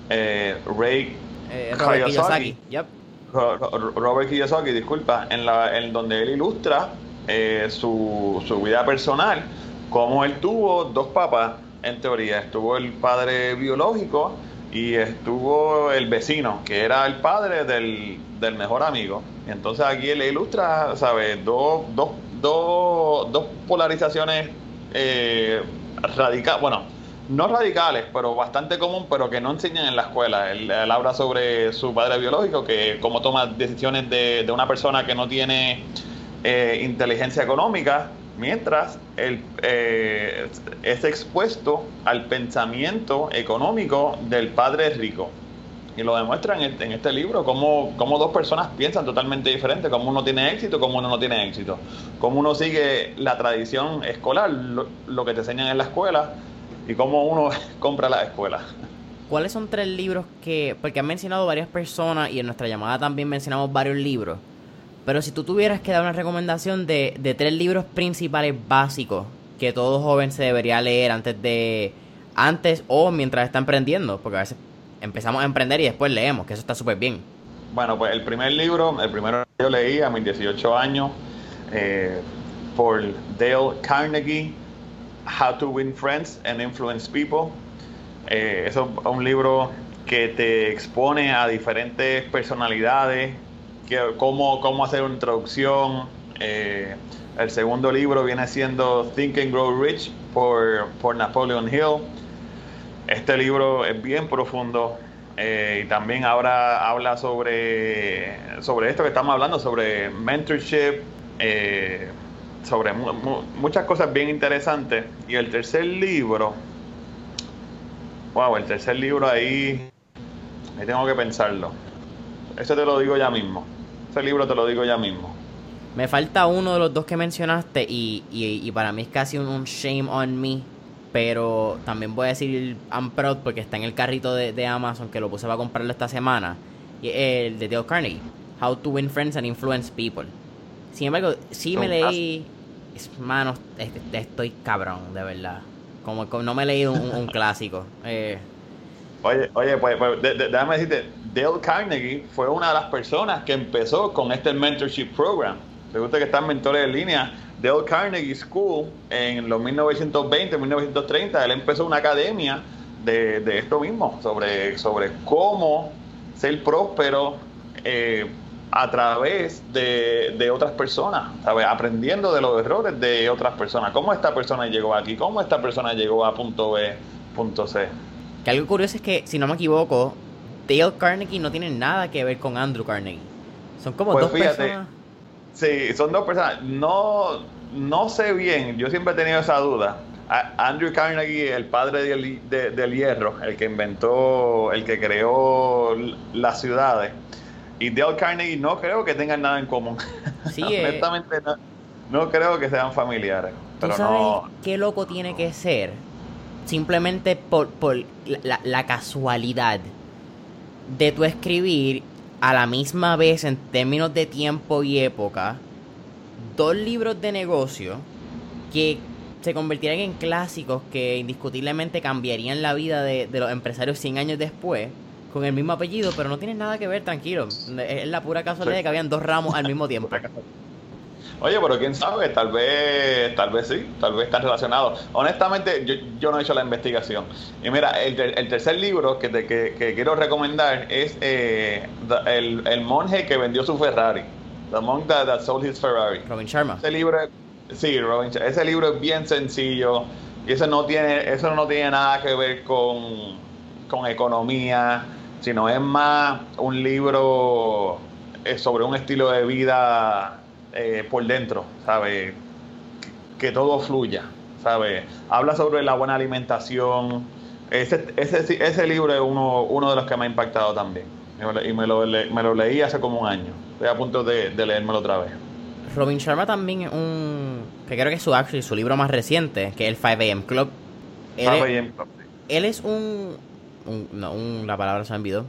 Ray Robert Kiyosaki. Yep. Robert Kiyosaki, disculpa, en donde él ilustra su vida personal, cómo él tuvo 2 papás, en teoría. Estuvo el padre biológico y estuvo el vecino, que era el padre del mejor amigo. Y entonces aquí él ilustra, ¿sabes? Dos polarizaciones radicales, bueno, no radicales, pero bastante común, pero que no enseñan en la escuela. Él habla sobre su padre biológico, que cómo toma decisiones de una persona que no tiene inteligencia económica, mientras él es expuesto al pensamiento económico del padre rico. Y lo demuestra en este libro, cómo 2 personas piensan totalmente diferente, cómo uno tiene éxito, cómo uno no tiene éxito, cómo uno sigue la tradición escolar, lo que te enseñan en la escuela, y cómo uno compra la escuela. ¿Cuáles son 3 libros porque han mencionado varias personas y en nuestra llamada también mencionamos varios libros, pero si tú tuvieras que dar una recomendación de 3 libros principales básicos que todo joven se debería leer antes o mientras está emprendiendo, porque a veces empezamos a emprender y después leemos, que eso está súper bien. Bueno, pues el primero que yo leí a mis 18 años, por Dale Carnegie, How to Win Friends and Influence People. Eso es un libro que te expone a diferentes personalidades, cómo hacer una introducción. El segundo libro viene siendo Think and Grow Rich por Napoleon Hill. Este libro es bien profundo, y también ahora habla sobre esto que estamos hablando, sobre mentorship, sobre muchas cosas bien interesantes. Y el tercer libro ahí tengo que pensarlo. Ese te lo digo ya mismo. Ese libro te lo digo ya mismo. Me falta uno de los 2 que mencionaste y para mí es casi un shame on me. Pero también voy a decir I'm proud porque está en el carrito de Amazon, que lo puse para comprarlo esta semana. Y el de Dale Carnegie, How to Win Friends and Influence People. Sin embargo, sí me leí... Mano, estoy cabrón, de verdad. Como no me he leído un clásico. Oye, pues déjame decirte, Dale Carnegie fue una de las personas que empezó con este mentorship program. ¿Te gusta que están mentores en línea? Dale Carnegie School, en los 1920, 1930, él empezó una academia de esto mismo, sobre cómo ser próspero a través de otras personas, ¿sabes? Aprendiendo de los errores de otras personas. ¿Cómo esta persona llegó aquí? ¿Cómo esta persona llegó a punto B, punto C? Que algo curioso es que, si no me equivoco, Dale Carnegie no tiene nada que ver con Andrew Carnegie. Son como pues 2 personas. Sí, son 2 personas. No sé bien, yo siempre he tenido esa duda, Andrew Carnegie, el padre del hierro, el que inventó, el que creó las ciudades, y Dale Carnegie no creo que tengan nada en común. Sí, Honestamente no creo que sean familiares. ¿tú Pero sabes no. qué loco tiene que ser? Simplemente por la casualidad de tu escribir a la misma vez en términos de tiempo y época dos libros de negocio que se convertirían en clásicos que indiscutiblemente cambiarían la vida de los empresarios 100 años después, con el mismo apellido, pero no tienen nada que ver, tranquilo. Es la pura casualidad de que habían dos ramos al mismo tiempo. Oye, pero quién sabe, tal vez sí, tal vez están relacionados. Honestamente, yo no he hecho la investigación. Y mira, el tercer libro que quiero recomendar es el monje que vendió su Ferrari. The Monk that Sold His Ferrari. Robin Sharma. Ese libro, sí, ese libro es bien sencillo y eso no tiene nada que ver con economía, sino es más un libro sobre un estilo de vida por dentro, ¿sabes? Que todo fluya, ¿sabes? Habla sobre la buena alimentación. Ese libro es uno de los que me ha impactado también. Y me lo leí hace como un año. Estoy a punto de leérmelo otra vez. Robin Sharma también es que creo que es su libro más reciente, que es el 5 AM Club. Él es la palabra se me olvidó.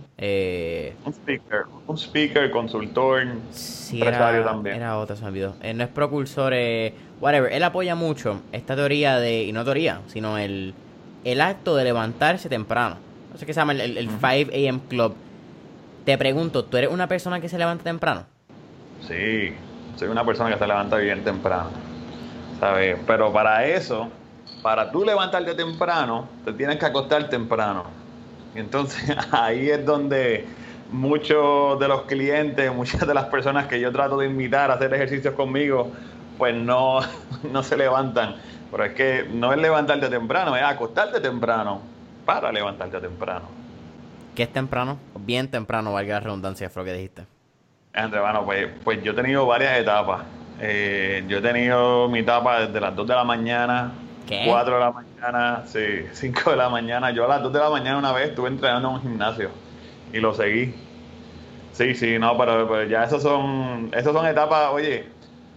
Un speaker, consultor, sí, empresario también. Era otro, se me olvidó. Él no es propulsor, whatever. Él apoya mucho esta teoría y no teoría, sino el acto de levantarse temprano. No sé qué se llama el 5 AM Club. Te pregunto, ¿tú eres una persona que se levanta temprano? Sí, soy una persona que se levanta bien temprano, ¿sabes? Pero para tú levantarte temprano, te tienes que acostar temprano. Y entonces ahí es donde muchos de los clientes, muchas de las personas que yo trato de invitar a hacer ejercicios conmigo, pues no se levantan. Pero es que no es levantarte temprano, es acostarte temprano para levantarte temprano. ¿Qué es temprano? Bien temprano, valga la redundancia, fue lo que dijiste. Bueno, pues yo he tenido varias etapas. Yo he tenido mi etapa desde las 2 de la mañana, ¿Qué? 4 de la mañana, sí, 5 de la mañana. Yo a las 2 de la mañana una vez estuve entrenando en un gimnasio y lo seguí. Sí, no, pero ya esos son etapas, oye,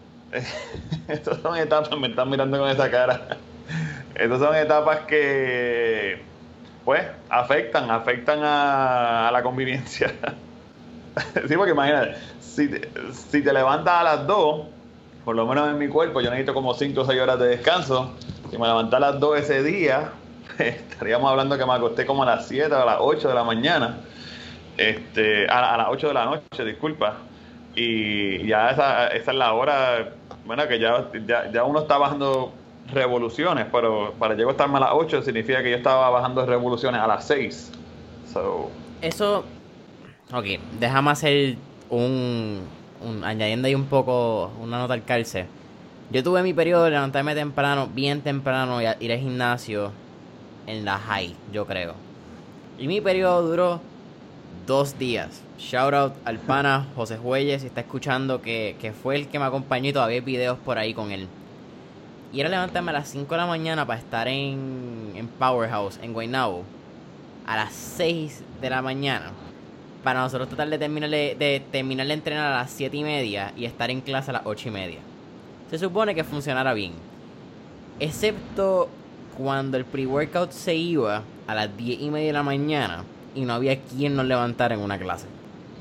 esas son etapas, me están mirando con esa cara. Esas son etapas que, pues, afectan a la convivencia. Sí, porque imagínate, si te levantas a las 2, por lo menos en mi cuerpo, yo necesito como 5 o 6 horas de descanso. Si me levanté a las 2 ese día, estaríamos hablando que me acosté como a las 7 o a las 8 de la mañana. A las 8 de la noche, disculpa. Y ya esa es la hora, bueno, que ya uno está bajando revoluciones, pero para yo acostarme a las 8 significa que yo estaba bajando revoluciones a las 6. Eso, ok, déjame hacer añadiendo ahí un poco una nota al calce. Yo tuve mi periodo de levantarme temprano, bien temprano, y ir al gimnasio en la high, yo creo. Y mi periodo duró 2 días. Shout out al pana José Jueyes, si está escuchando, que fue el que me acompañó y todavía hay videos por ahí con él. Y era levantarme a las 5 de la mañana para estar en Powerhouse, en Guaynabo, a las 6 de la mañana. Para nosotros tratar de terminar de entrenar a las 7:30 y estar en clase a las 8:30. Se supone que funcionara bien. Excepto cuando el pre-workout se iba a las 10:30 de la mañana y no había quien nos levantara en una clase.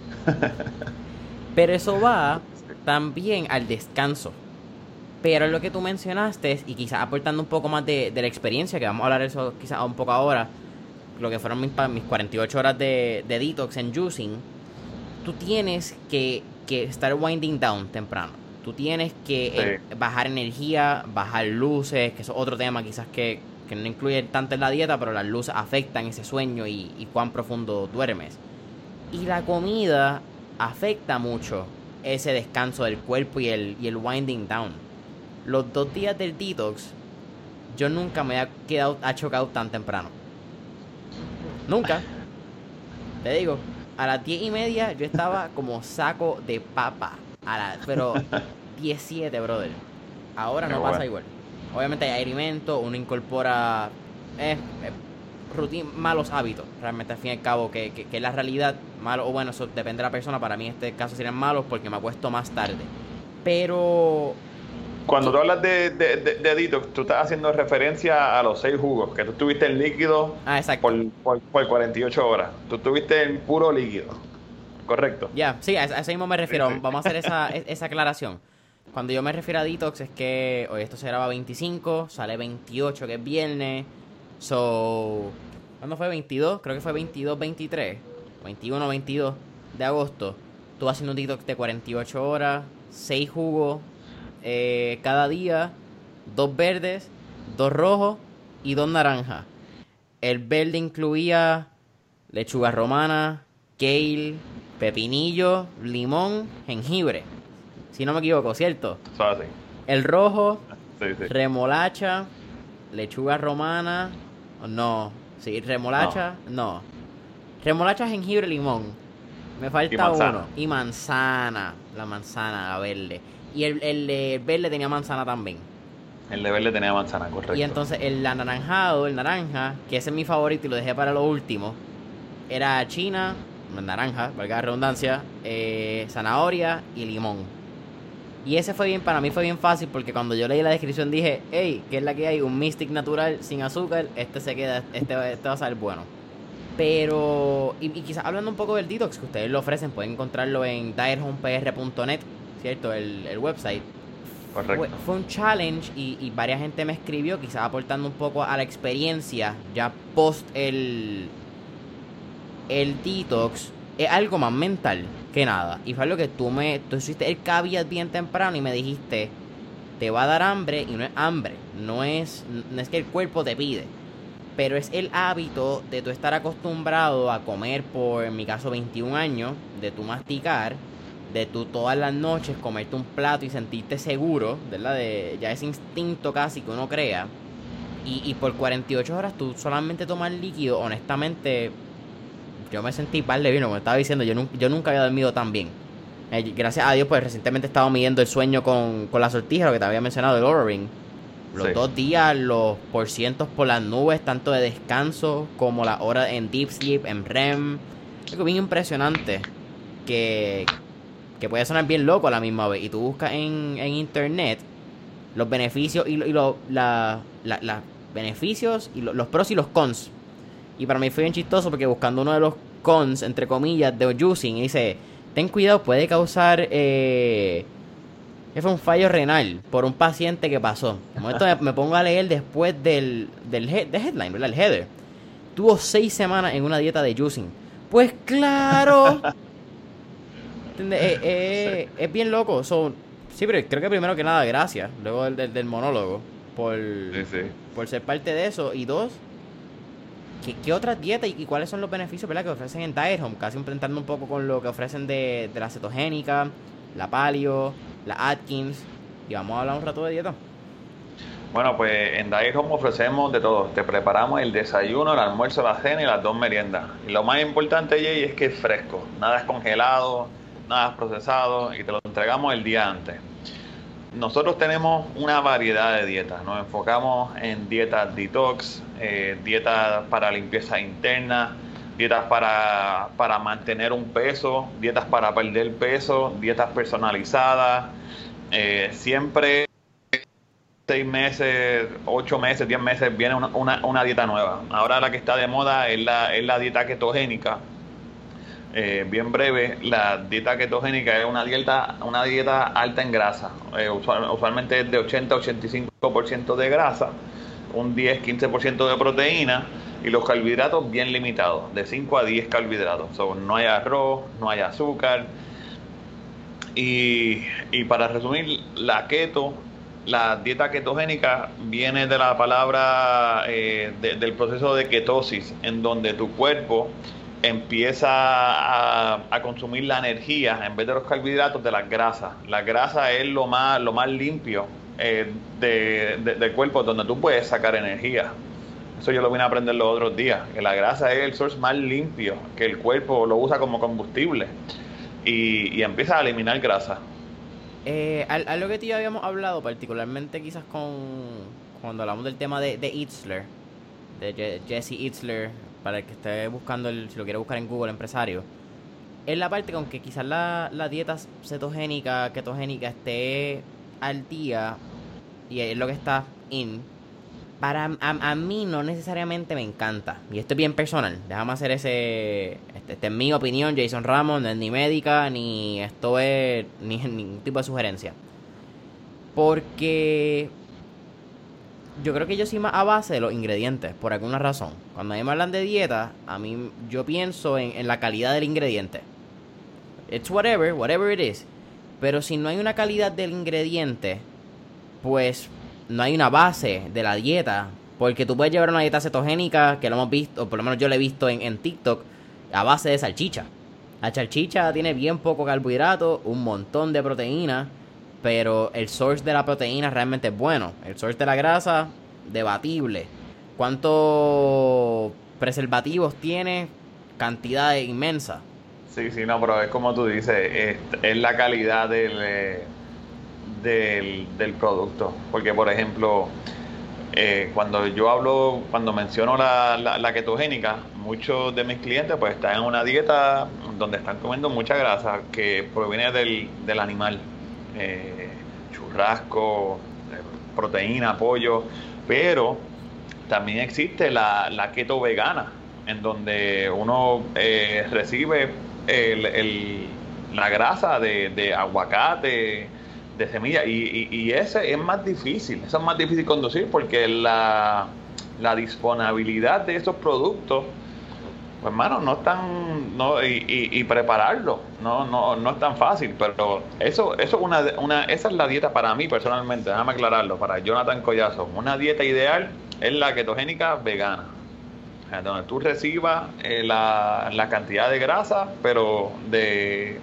Pero eso va también al descanso. Pero lo que tú mencionaste, y quizás aportando un poco más de la experiencia, que vamos a hablar de eso quizás un poco ahora, lo que fueron mis 48 horas de detox en juicing, tú tienes que estar winding down temprano. Tú tienes que bajar energía, bajar luces, que eso es otro tema quizás que no incluye tanto en la dieta, pero las luces afectan ese sueño y cuán profundo duermes. Y la comida afecta mucho ese descanso del cuerpo y el winding down. Los 2 días del detox, yo nunca me he quedado achocado tan temprano. Nunca. Te digo, a las 10:30 yo estaba como saco de papa. Pero 17, brother. Ahora no pasa igual. obviamente hay alimentos, uno incorpora malos hábitos, realmente al fin y al cabo, que es la realidad, malo o bueno, eso depende de la persona. Para mí en este caso serían malos porque me acuesto más tarde. Pero Cuando tú hablas de detox, tú estás haciendo referencia a los 6 jugos, que tú estuviste en líquido exacto. por 48 horas. Tú estuviste en puro líquido, ¿correcto? Ya, sí, a eso mismo me refiero. Sí, sí. Vamos a hacer esa aclaración. Cuando yo me refiero a detox es que hoy esto se graba 25, sale 28, que es viernes. So, ¿cuándo fue? 22, creo que fue 22, 23, 21, 22 de agosto. Tú haciendo un detox de 48 horas, 6 jugos cada día, 2 verdes, 2 rojos y 2 naranjas. El verde incluía lechuga romana, kale, pepinillo, limón, jengibre. Si no me equivoco, ¿cierto? Eso es así. El rojo, Sí, sí. remolacha, lechuga romana, no. Sí, remolacha, no. Remolacha, jengibre, limón. Me falta uno. Y manzana. La manzana, la verde. Y el verde tenía manzana también. El de verde tenía manzana, correcto. Y entonces el anaranjado, el naranja, que ese es mi favorito y lo dejé para lo último, era china, naranja, valga la redundancia, zanahoria y limón. Y ese fue bien, para mí fue bien fácil porque cuando yo leí la descripción dije, hey, ¿qué es la que hay? Un Mystic natural sin azúcar, este se queda, este va a ser bueno. Pero, y quizás hablando un poco del detox que ustedes lo ofrecen, pueden encontrarlo en diethomepr.net, ¿cierto? El website. Correcto. Fue un challenge y varias gente me escribió, quizás aportando un poco a la experiencia ya post el detox. Es algo más mental que nada. Y fue algo que tú hiciste el caveat bien temprano y me dijiste, te va a dar hambre y no es hambre. No es que el cuerpo te pide. Pero es el hábito de tú estar acostumbrado a comer por, en mi caso, 21 años, de tú masticar, de tú todas las noches comerte un plato y sentirte seguro, ¿verdad? De ya ese instinto casi que uno crea. Y por 48 horas tú solamente tomar líquido, honestamente, yo me sentí par de bien, como estaba diciendo, yo nunca había dormido tan bien. Gracias a Dios, pues recientemente he estado midiendo el sueño con la sortija, lo que te había mencionado, el Oura Ring. Los 2 días, los porcientos por las nubes, tanto de descanso como la hora en deep sleep, en REM. Algo bien impresionante que puede sonar bien loco a la misma vez. Y tú buscas en internet los beneficios y los beneficios y los pros y los cons. Y para mí fue bien chistoso porque buscando uno de los cons, entre comillas, de juicing, dice, ten cuidado, puede causar fue un fallo renal por un paciente que pasó. De momento me pongo a leer después del headline, ¿verdad? El header. Tuvo 6 semanas en una dieta de juicing. Pues claro. Es bien loco. Sí, pero creo que primero que nada, gracias. Luego del monólogo. Por ser parte de eso. Y 2, ¿qué otras dietas y cuáles son los beneficios, ¿verdad?, que ofrecen en Diet Home? Casi intentando un poco con lo que ofrecen de la cetogénica, la paleo, la Atkins. Y vamos a hablar un rato de dieta. Bueno, pues en Diet Home ofrecemos de todo. Te preparamos el desayuno, el almuerzo, la cena y las 2 meriendas. Y lo más importante, Jay, es que es fresco. Nada es congelado, nada es procesado y te lo entregamos el día antes. Nosotros tenemos una variedad de dietas. Nos enfocamos en dietas detox, dietas para limpieza interna, dietas para mantener un peso, dietas para perder peso, dietas personalizadas. Siempre 6 meses, 8 meses, 10 meses viene una dieta nueva. Ahora la que está de moda es la dieta ketogénica. Bien breve, la dieta ketogénica es una dieta alta en grasa. Usualmente es de 80-85% de grasa, un 10-15% de proteína y los carbohidratos bien limitados, de 5 a 10 carbohidratos. No hay arroz, no hay azúcar. Y para resumir, la dieta ketogénica viene de la palabra del proceso de ketosis, en donde tu cuerpo empieza a consumir la energía en vez de los carbohidratos de las grasas. La grasa es lo más limpio del cuerpo, donde tú puedes sacar energía. Eso yo lo vine a aprender los otros días, que la grasa es el source más limpio, que el cuerpo lo usa como combustible y empieza a eliminar grasa. Algo que tú y yo habíamos hablado, particularmente quizás con cuando hablamos del tema de Itzler, de Jesse Itzler, para el que esté buscando, si lo quiere buscar en Google, empresario, es la parte con que quizás la dieta cetogénica, ketogénica esté al día, y es lo que está a mí no necesariamente me encanta. Y esto es bien personal. Déjame hacer esta es mi opinión, Jason Ramos, no es ni médica, ni esto es ni ningún tipo de sugerencia. Porque yo creo que yo soy más a base de los ingredientes, por alguna razón. Cuando a mí me hablan de dieta, yo pienso en la calidad del ingrediente. It's whatever it is. Pero si no hay una calidad del ingrediente, pues no hay una base de la dieta. Porque tú puedes llevar una dieta cetogénica, que lo hemos visto, o por lo menos yo lo he visto en TikTok, a base de salchicha. La salchicha tiene bien poco carbohidrato, un montón de proteína, pero el source de la proteína realmente es bueno. El source de la grasa, debatible. ¿Cuántos preservativos tiene? Cantidad inmensa. Sí, no, pero es como tú dices, es la calidad del producto. Porque, por ejemplo, cuando menciono la ketogénica, muchos de mis clientes pues están en una dieta donde están comiendo mucha grasa que proviene del animal. Churrasco, proteína, pollo, pero también existe la keto vegana, en donde uno recibe la grasa de aguacate, de semilla, y ese es más difícil, eso es más difícil conducir porque la disponibilidad de esos productos, pues hermano, y prepararlo no es tan fácil, pero esa es la dieta para mí personalmente, déjame aclararlo, para Jonathan Collazo, una dieta ideal es la ketogénica vegana, donde tú recibas la cantidad de grasa, pero de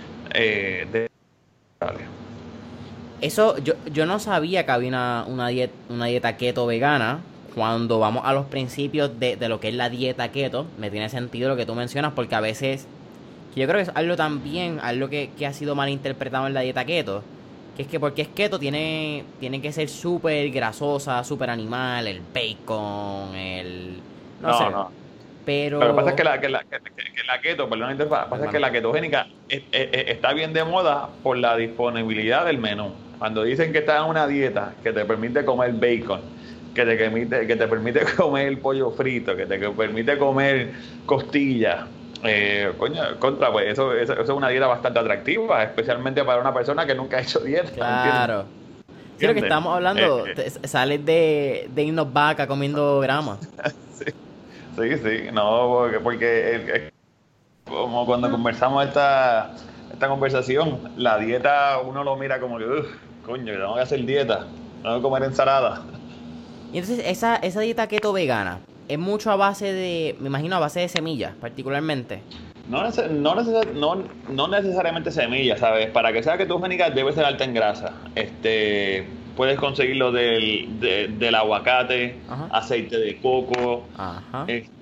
eso, yo no sabía que había una dieta keto vegana. Cuando vamos a los principios de lo que es la dieta keto, me tiene sentido lo que tú mencionas, porque a veces, que yo creo que es algo que ha sido mal interpretado en la dieta keto, que es que porque es keto tiene que ser súper grasosa, súper animal, el bacon, no sé. Pero lo que pasa es que la keto, perdón, pasa es que la ketogénica está bien de moda por la disponibilidad del menú. Cuando dicen que estás en una dieta que te permite comer bacon, que te permite comer pollo frito, que te permite comer costillas, pues eso es una dieta bastante atractiva, especialmente para una persona que nunca ha hecho dieta. Claro. Sí, lo que estamos hablando, sales de irnos vaca comiendo grama. Sí, no, porque como cuando conversamos esta conversación, la dieta uno lo mira como que, coño, tengo que hacer dieta, tengo que comer ensalada. Y entonces esa dieta keto vegana es mucho a base me imagino a base de semillas, particularmente. No necesariamente semillas, ¿sabes? Para que sea ketogénica debe ser alta en grasa. Puedes conseguirlo del aguacate, ajá, aceite de coco. Ajá.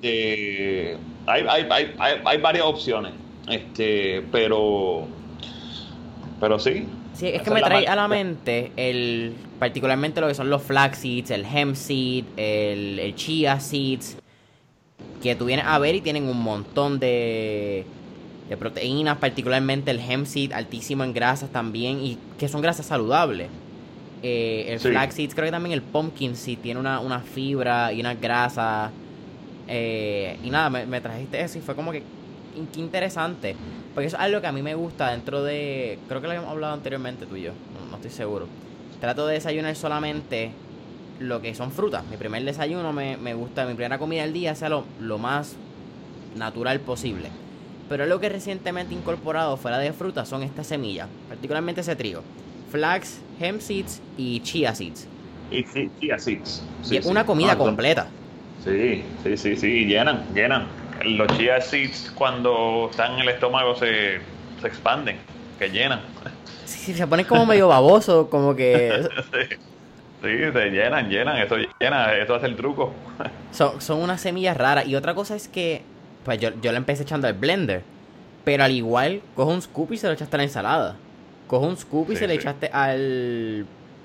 Hay varias opciones. Pero sí. Sí, es que me trae a la mente particularmente lo que son los flax seeds, el hemp seed, el chia seeds, que tú vienes a ver y tienen un montón de proteínas, particularmente el hemp seed, altísimo en grasas también, y que son grasas saludables. El flax seeds, creo que también el pumpkin seed tiene una fibra y una grasa. Y nada, me trajiste eso y fue como que qué interesante. Porque eso es algo que a mí me gusta dentro de... Creo que lo habíamos hablado anteriormente tú y yo, no estoy seguro. Trato de desayunar solamente lo que son frutas. Mi primer desayuno me gusta, mi primera comida del día sea lo más natural posible. Pero lo que recientemente he incorporado fuera de frutas son estas semillas, particularmente ese trigo. Flax, hemp seeds y chia seeds. Y chia seeds. Sí, una comida completa. Sí, llenan. Los chia seeds cuando están en el estómago se expanden, que llenan. Sí, se ponen como medio baboso, como que... Sí, se llenan, eso hace el truco. Son unas semillas raras. Y otra cosa es que, pues yo la empecé echando al blender, pero al igual, cojo un scoop y se lo echaste a la ensalada. Cojo un scoop y se le echaste al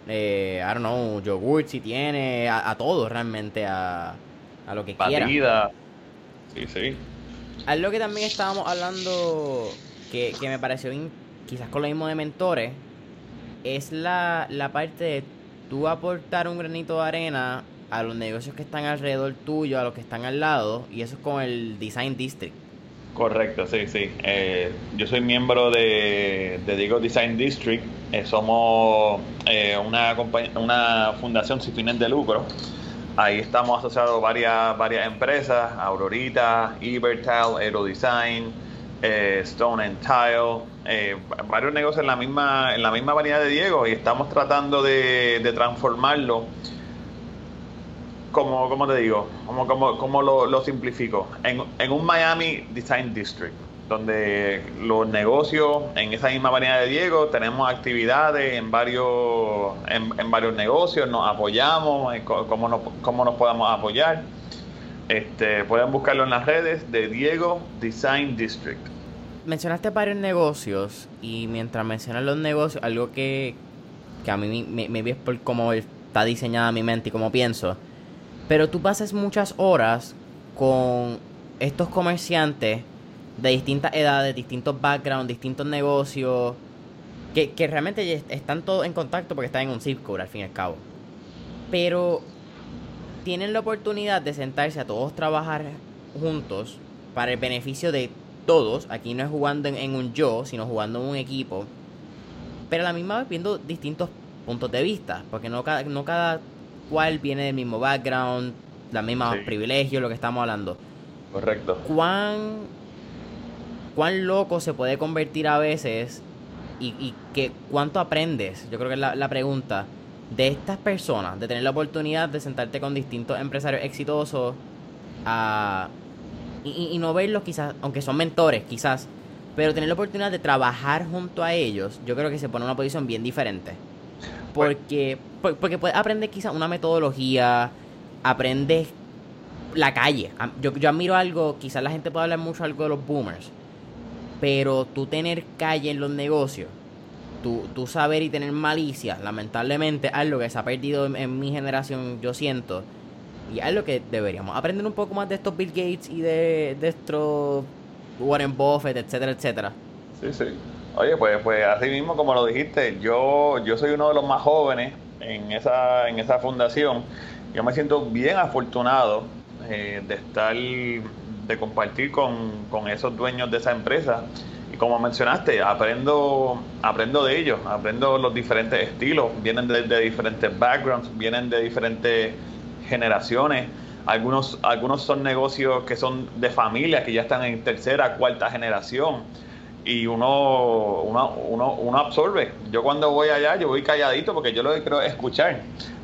I don't know, yogurt si tiene, a todo realmente, a lo que quiera. Batida. Sí, sí. Algo que también estábamos hablando que me pareció quizás con lo mismo de mentores, es la parte de tú aportar un granito de arena a los negocios que están alrededor tuyo, a los que están al lado, y eso es con el Design District. Correcto, sí, sí. Yo soy miembro de Diego Design District. Somos una fundación sin fines de lucro. Ahí estamos asociados a varias empresas: Aurorita, Ibertal, Aerodesign, Stone and Tile, varios negocios en la misma avenida de Diego, y estamos tratando de transformarlo. ¿Cómo te digo? ¿Cómo lo simplifico? En un Miami Design District, donde los negocios en esa misma avenida de Diego tenemos actividades en varios negocios, nos apoyamos, cómo nos podamos apoyar. Pueden buscarlo en las redes de Diego Design District. Mencionaste varios negocios, y mientras mencionas los negocios, algo que a mí me ves por cómo está diseñada mi mente y cómo pienso. Pero tú pasas muchas horas con estos comerciantes de distintas edades, distintos backgrounds, distintos negocios, que realmente están todos en contacto porque están en un zip code al fin y al cabo. Pero tienen la oportunidad de sentarse a todos trabajar juntos para el beneficio de todos. Aquí no es jugando en un yo, sino jugando en un equipo. Pero a la misma vez viendo distintos puntos de vista, porque no cada cual viene del mismo background, los mismos Sí, privilegios, lo que estamos hablando. correcto. ¿Cuán loco se puede convertir a veces, y cuánto aprendes? Yo creo que es la pregunta de estas personas, de tener la oportunidad de sentarte con distintos empresarios exitosos y no verlos quizás, aunque son mentores quizás, pero tener la oportunidad de trabajar junto a ellos. Yo creo que se pone en una posición bien diferente. Pues, Porque puedes aprender quizás una metodología, aprendes la calle. Yo admiro algo, quizás la gente puede hablar mucho algo de los boomers, pero tú tener calle en los negocios, tú saber y tener malicia, lamentablemente, algo que se ha perdido en mi generación, yo siento, y es algo que deberíamos aprender un poco más de estos Bill Gates y de estos Warren Buffett, etcétera, etcétera. sí, sí. Oye, pues así mismo como lo dijiste, yo soy uno de los más jóvenes en esa fundación. Yo me siento bien afortunado de compartir con esos dueños de esa empresa. Y como mencionaste, aprendo de ellos, aprendo los diferentes estilos, vienen de diferentes backgrounds, vienen de diferentes generaciones. Algunos son negocios que son de familias que ya están en tercera, cuarta generación, y uno absorbe. Yo cuando voy allá, yo voy calladito porque yo lo que quiero es escuchar.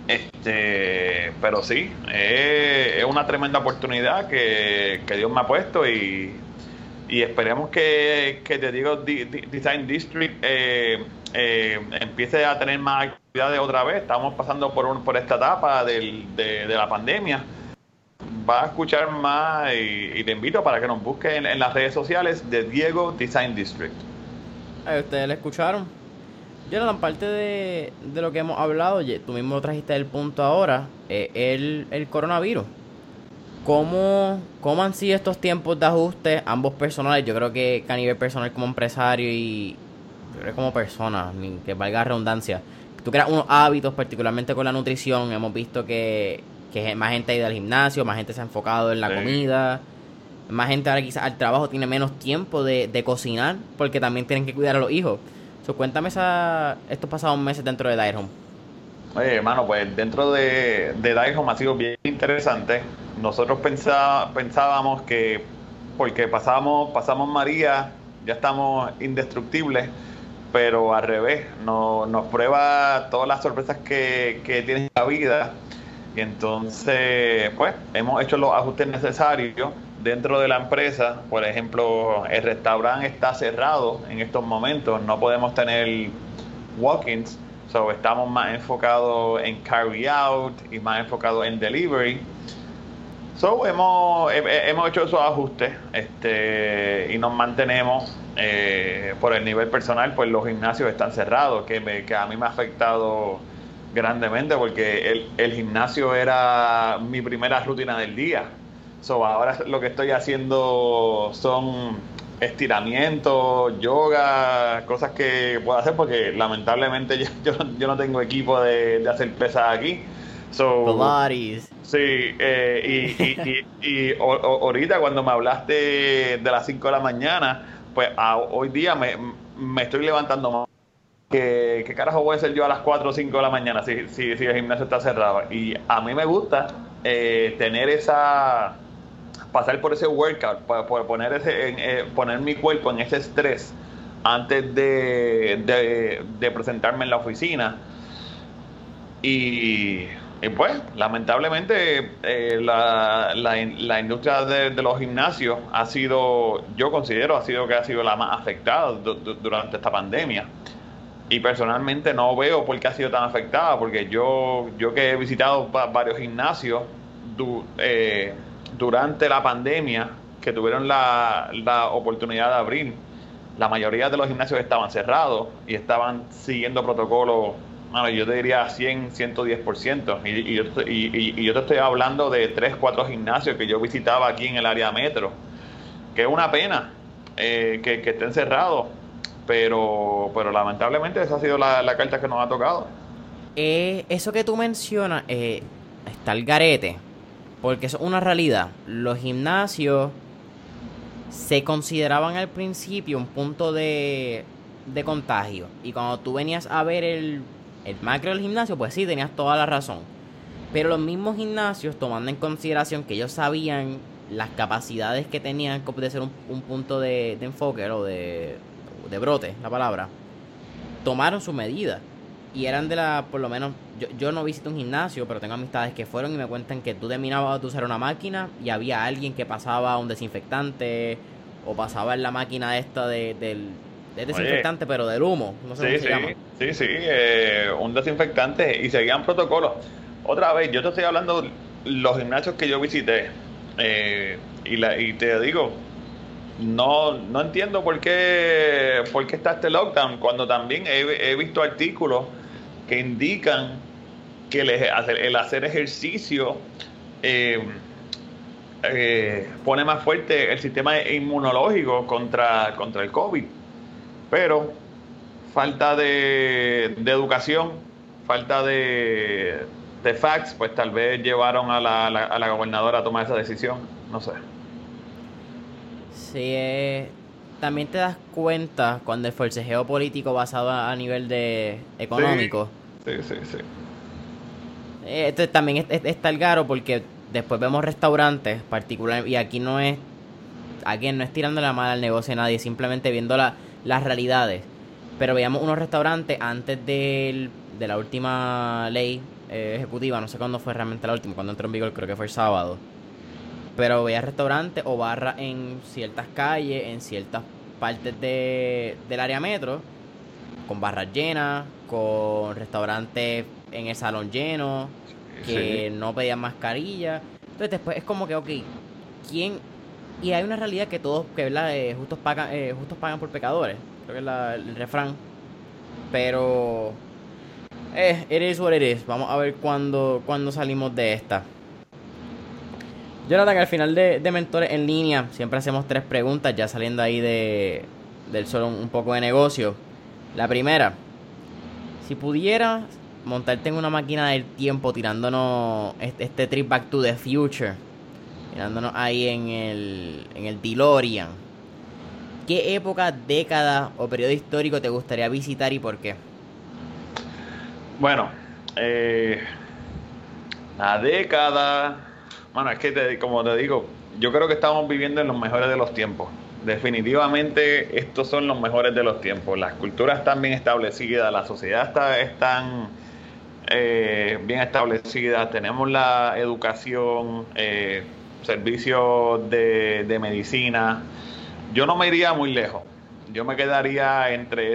Pero sí, es una tremenda oportunidad que Dios me ha puesto, y esperemos que te digo, Design District empiece a tener más actividades otra vez. Estamos pasando por esta etapa de la pandemia. Va a escuchar más, y te invito para que nos busquen en las redes sociales de Diego Design District. Ahí ustedes lo escucharon. Jonathan, parte de lo que hemos hablado, tú mismo trajiste el punto ahora, el coronavirus. ¿Cómo han sido estos tiempos de ajuste, ambos personales? Yo creo que a nivel personal como empresario, y yo creo que como persona, que valga la redundancia, tú creas unos hábitos, particularmente con la nutrición. Hemos visto que más gente ha ido al gimnasio, más gente se ha enfocado en la comida, más gente ahora quizás al trabajo tiene menos tiempo de cocinar, porque también tienen que cuidar a los hijos. Cuéntame estos pasados meses dentro de Dire Home. Oye, hermano, pues dentro de Dire Home ha sido bien interesante. Nosotros pensábamos que porque pasamos María, ya estamos indestructibles, pero al revés, nos prueba todas las sorpresas que tiene la vida. Y entonces, pues, hemos hecho los ajustes necesarios dentro de la empresa. Por ejemplo, el restaurante está cerrado en estos momentos, no podemos tener walk-ins, so estamos más enfocados en carry out y más enfocados en delivery. So hemos hecho esos ajustes, y nos mantenemos. Por el nivel personal, pues los gimnasios están cerrados, que a mí me ha afectado grandemente, porque el gimnasio era mi primera rutina del día. So, ahora lo que estoy haciendo son estiramientos, yoga, cosas que puedo hacer porque lamentablemente yo no tengo equipo de hacer pesas aquí. So, Pilates. sí, ahorita cuando me hablaste de las 5 de la mañana, pues hoy día me estoy levantando más. ¿Qué carajo voy a hacer yo a las 4 o 5 de la mañana si el gimnasio está cerrado? Y a mí me gusta tener pasar por ese workout, por poner mi cuerpo en ese estrés antes de presentarme en la oficina. Y pues, lamentablemente, la industria de los gimnasios yo considero, ha sido la más afectada durante esta pandemia. Y personalmente no veo por qué ha sido tan afectada, porque yo que he visitado varios gimnasios durante la pandemia, que tuvieron la oportunidad de abrir, la mayoría de los gimnasios estaban cerrados y estaban siguiendo protocolos, bueno, yo te diría 110%. Y yo te estoy hablando de 3, 4 gimnasios que yo visitaba aquí en el área metro, que es una pena que estén cerrados. Pero lamentablemente esa ha sido la carta que nos ha tocado. Eso que tú mencionas está al garete, porque eso es una realidad. Los gimnasios se consideraban al principio un punto de contagio, y cuando tú venías a ver el macro del gimnasio, pues sí, tenías toda la razón. Pero los mismos gimnasios, tomando en consideración que ellos sabían las capacidades que tenían de ser un punto de enfoque o de brote, la palabra, tomaron su medida. Y eran por lo menos, yo no visito un gimnasio, pero tengo amistades que fueron y me cuentan que tú terminabas de usar una máquina y había alguien que pasaba un desinfectante o pasaba en la máquina esta del desinfectante. Oye, pero del humo, no sé cómo se llama. Sí, un desinfectante, y seguían protocolos. Otra vez, yo te estoy hablando los gimnasios que yo visité, y te digo, no entiendo por qué está este lockdown, cuando también he visto artículos que indican que el hacer ejercicio pone más fuerte el sistema inmunológico contra el COVID. Pero falta de educación, falta de facts, pues tal vez llevaron a la gobernadora a tomar esa decisión, no sé. Sí, también te das cuenta cuando el forcejeo político basado a nivel de económico. Sí. Esto también está el garo, porque después vemos restaurantes particulares, y aquí no es tirando la mala al negocio de nadie, simplemente viendo las realidades. Pero veíamos unos restaurantes antes de la última ley ejecutiva, no sé cuándo fue realmente la última, cuando entró en vigor, creo que fue el sábado. Pero veía restaurantes o barras en ciertas calles, en ciertas partes del área metro, con barras llenas, con restaurantes en el salón lleno, que no pedían mascarilla. Entonces después es como que, ok, ¿quién? Y hay una realidad que todos, que ¿verdad? Justos pagan por pecadores, creo que es el refrán. Pero it is what it is. Vamos a ver cuándo salimos de esta. Jonathan, al final de Mentores en Línea siempre hacemos 3 preguntas, ya saliendo ahí del solo un poco de negocio. La primera: si pudieras montarte en una máquina del tiempo tirándonos este trip back to the future, tirándonos ahí en el DeLorean, ¿qué época, década o periodo histórico te gustaría visitar y por qué? Bueno, la década... Bueno, es que como te digo, yo creo que estamos viviendo en los mejores de los tiempos. Definitivamente estos son los mejores de los tiempos. Las culturas están bien establecidas, la sociedad están bien establecida, tenemos la educación, servicios de medicina. Yo no me iría muy lejos. Yo me quedaría entre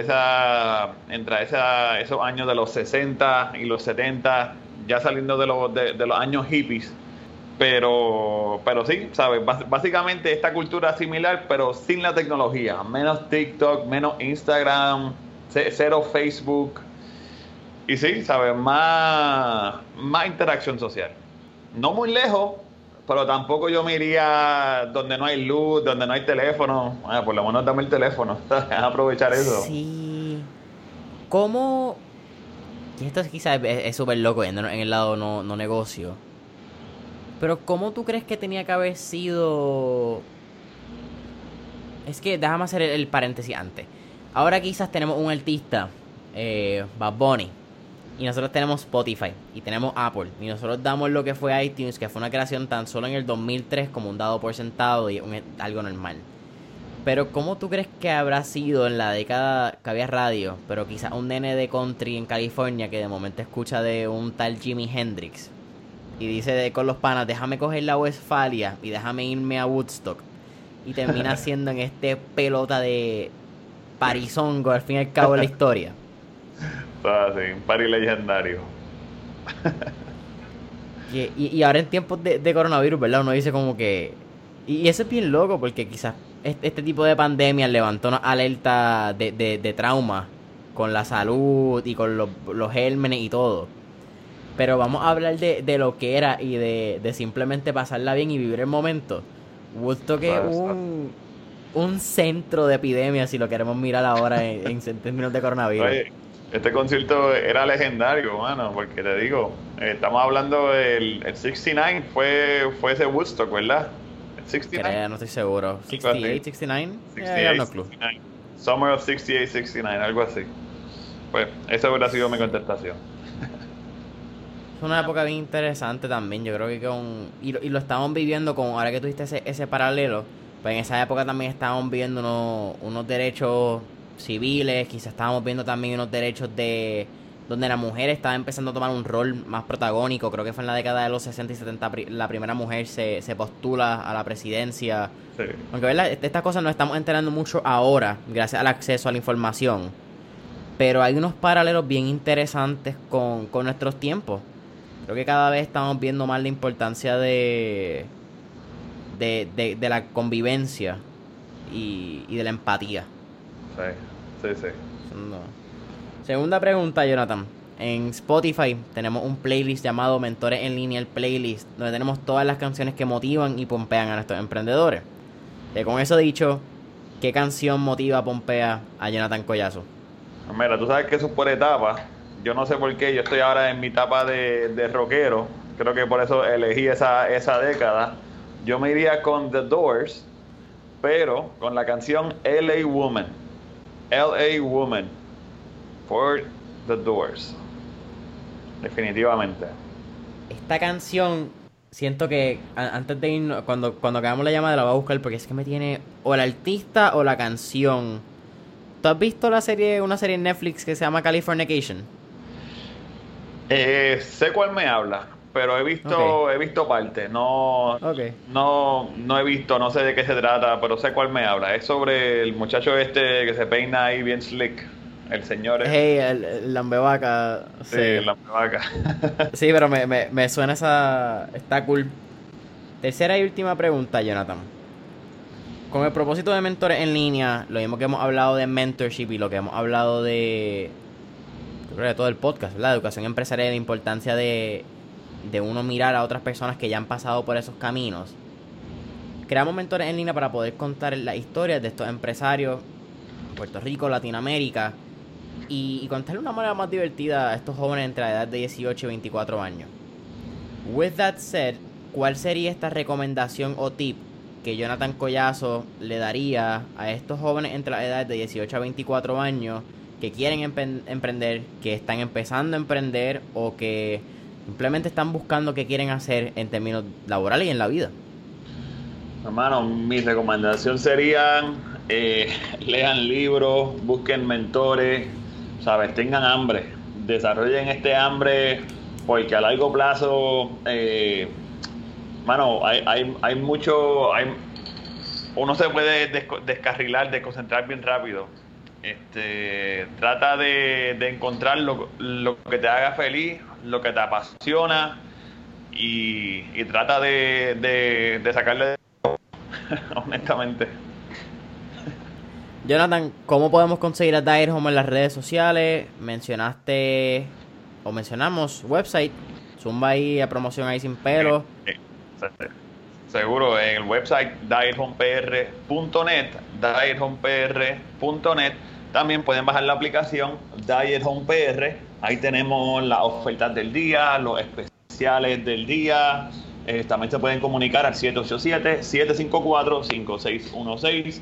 esos años de los 60 y los 70, ya saliendo de los años hippies. Pero sí, ¿sabes? Básicamente esta cultura similar, pero sin la tecnología. Menos TikTok, menos Instagram, cero Facebook. Y sí, ¿sabes? Más interacción social. No muy lejos, pero tampoco yo me iría donde no hay luz, donde no hay teléfono. Por lo menos dame el teléfono. Aprovechar eso. Sí. ¿Cómo? Y esto quizás es súper loco yéndonos en el lado no negocio. Pero ¿cómo tú crees que tenía que haber sido? Es que déjame hacer el paréntesis antes. Ahora quizás tenemos un artista, Bad Bunny, y nosotros tenemos Spotify, y tenemos Apple, y nosotros damos lo que fue iTunes, que fue una creación tan solo en el 2003 como un dado por sentado y algo normal. Pero ¿cómo tú crees que habrá sido en la década que había radio, pero quizás un nene de country en California que de momento escucha de un tal Jimi Hendrix y dice con los panas, déjame coger la Westfalia y déjame irme a Woodstock, y termina siendo en este pelota de parizongo al fin y al cabo de la historia? Sí, un party legendario. Y ahora en tiempos de coronavirus, ¿verdad? Uno dice como que... Y eso es bien loco porque quizás este tipo de pandemia levantó una alerta de trauma con la salud y con los gérmenes y todo. Pero vamos a hablar de lo que era y de simplemente pasarla bien y vivir el momento. Woodstock es un centro de epidemia, si lo queremos mirar ahora en términos de coronavirus. Oye, este concierto era legendario, mano, porque te digo, estamos hablando del 69, fue ese Woodstock, ¿verdad? El 69. No estoy seguro. 68, 69. 68, No clue. 69. Summer of 68, 69, algo así. Pues esa hubiera sido mi contestación. Es una época bien interesante también. Yo creo que y lo estamos viviendo con... Ahora que tuviste ese paralelo, pues en esa época también estábamos viendo unos derechos civiles. Quizás estábamos viendo también unos derechos donde la mujer estaba empezando a tomar un rol más protagónico. Creo que fue en la década de los 60 y 70 la primera mujer se postula a la presidencia. Sí. Aunque, ¿verdad? Estas cosas nos estamos enterando mucho ahora, gracias al acceso a la información. Pero hay unos paralelos bien interesantes con nuestros tiempos. Creo que cada vez estamos viendo más la importancia de la convivencia y de la empatía. Sí. Segunda pregunta, Jonathan. En Spotify tenemos un playlist llamado Mentores en Línea, el playlist, donde tenemos todas las canciones que motivan y pompean a nuestros emprendedores. Con eso dicho, ¿qué canción motiva, pompea a Jonathan Collazo? Mira, tú sabes que eso es por etapas. Yo no sé por qué, yo estoy ahora en mi etapa de rockero. Creo que por eso elegí esa década. Yo me iría con The Doors, pero con la canción LA Woman. LA Woman. For The Doors. Definitivamente. Esta canción, siento que antes de irnos, cuando acabamos la llamada la voy a buscar porque es que me tiene o el artista o la canción. ¿Tú has visto una serie en Netflix que se llama Californication? Sé cuál me habla, pero he visto parte. No he visto, no sé de qué se trata, pero sé cuál me habla. Es sobre el muchacho este que se peina ahí bien slick. El señor Hey, el lambevaca. Sí, el lambevaca. Sí, pero me suena esa... Está cool. Tercera y última pregunta, Jonathan. Con el propósito de mentores en línea, lo mismo que hemos hablado de mentorship y lo que hemos hablado de... Yo creo que todo el podcast, ¿verdad? Educación empresarial y la importancia de uno mirar a otras personas que ya han pasado por esos caminos. Creamos mentores en línea para poder contar las historias de estos empresarios en Puerto Rico, Latinoamérica, y contarle de una manera más divertida a estos jóvenes entre la edad de 18 y 24 años. With that said, ¿cuál sería esta recomendación o tip que Jonathan Collazo le daría a estos jóvenes entre la edad de 18 a 24 años que quieren emprender, que están empezando a emprender o que simplemente están buscando qué quieren hacer en términos laborales y en la vida? Hermano, mi recomendación serían lean libros, busquen mentores, ¿sabes? Tengan hambre, desarrollen este hambre porque a largo plazo, mano, hay mucho, uno se puede descarrilar, desconcentrar bien rápido. Trata de encontrar lo que te haga feliz, lo que te apasiona y trata de sacarle honestamente. Jonathan, ¿cómo podemos conseguir a Dire Home en las redes sociales? Mencionaste o mencionamos website, zumba ahí a promoción ahí sin pelo. Seguro, en el website diethomepr.net. También pueden bajar la aplicación Diet Home PR. Ahí tenemos las ofertas del día, los especiales del día. También se pueden comunicar al 787-754-5616.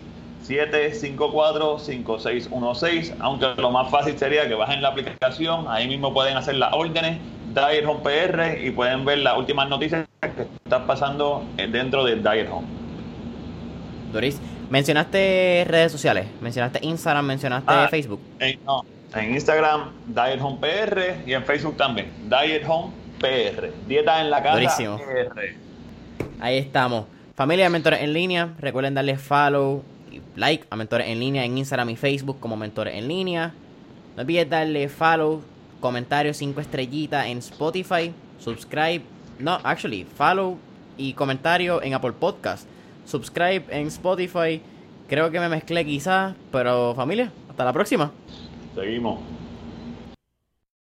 754-5616. Aunque lo más fácil sería que bajen la aplicación. Ahí mismo pueden hacer las órdenes Diet Home PR y pueden ver las últimas noticias que están pasando dentro de Diet Home. Doris, mencionaste redes sociales, mencionaste Instagram, mencionaste Facebook. No, en Instagram Diet Home PR y en Facebook también Diet Home PR. Dieta en la casa. Durísimo. PR. Ahí estamos. Familia de Mentores en Línea, recuerden darle follow y like a Mentores en Línea en Instagram y Facebook como Mentores en Línea. No olvides darle follow, comentarios 5 estrellitas en Spotify, subscribe, follow y comentario en Apple Podcast, subscribe en Spotify. Creo que me mezclé quizás, pero familia, hasta la próxima. Seguimos.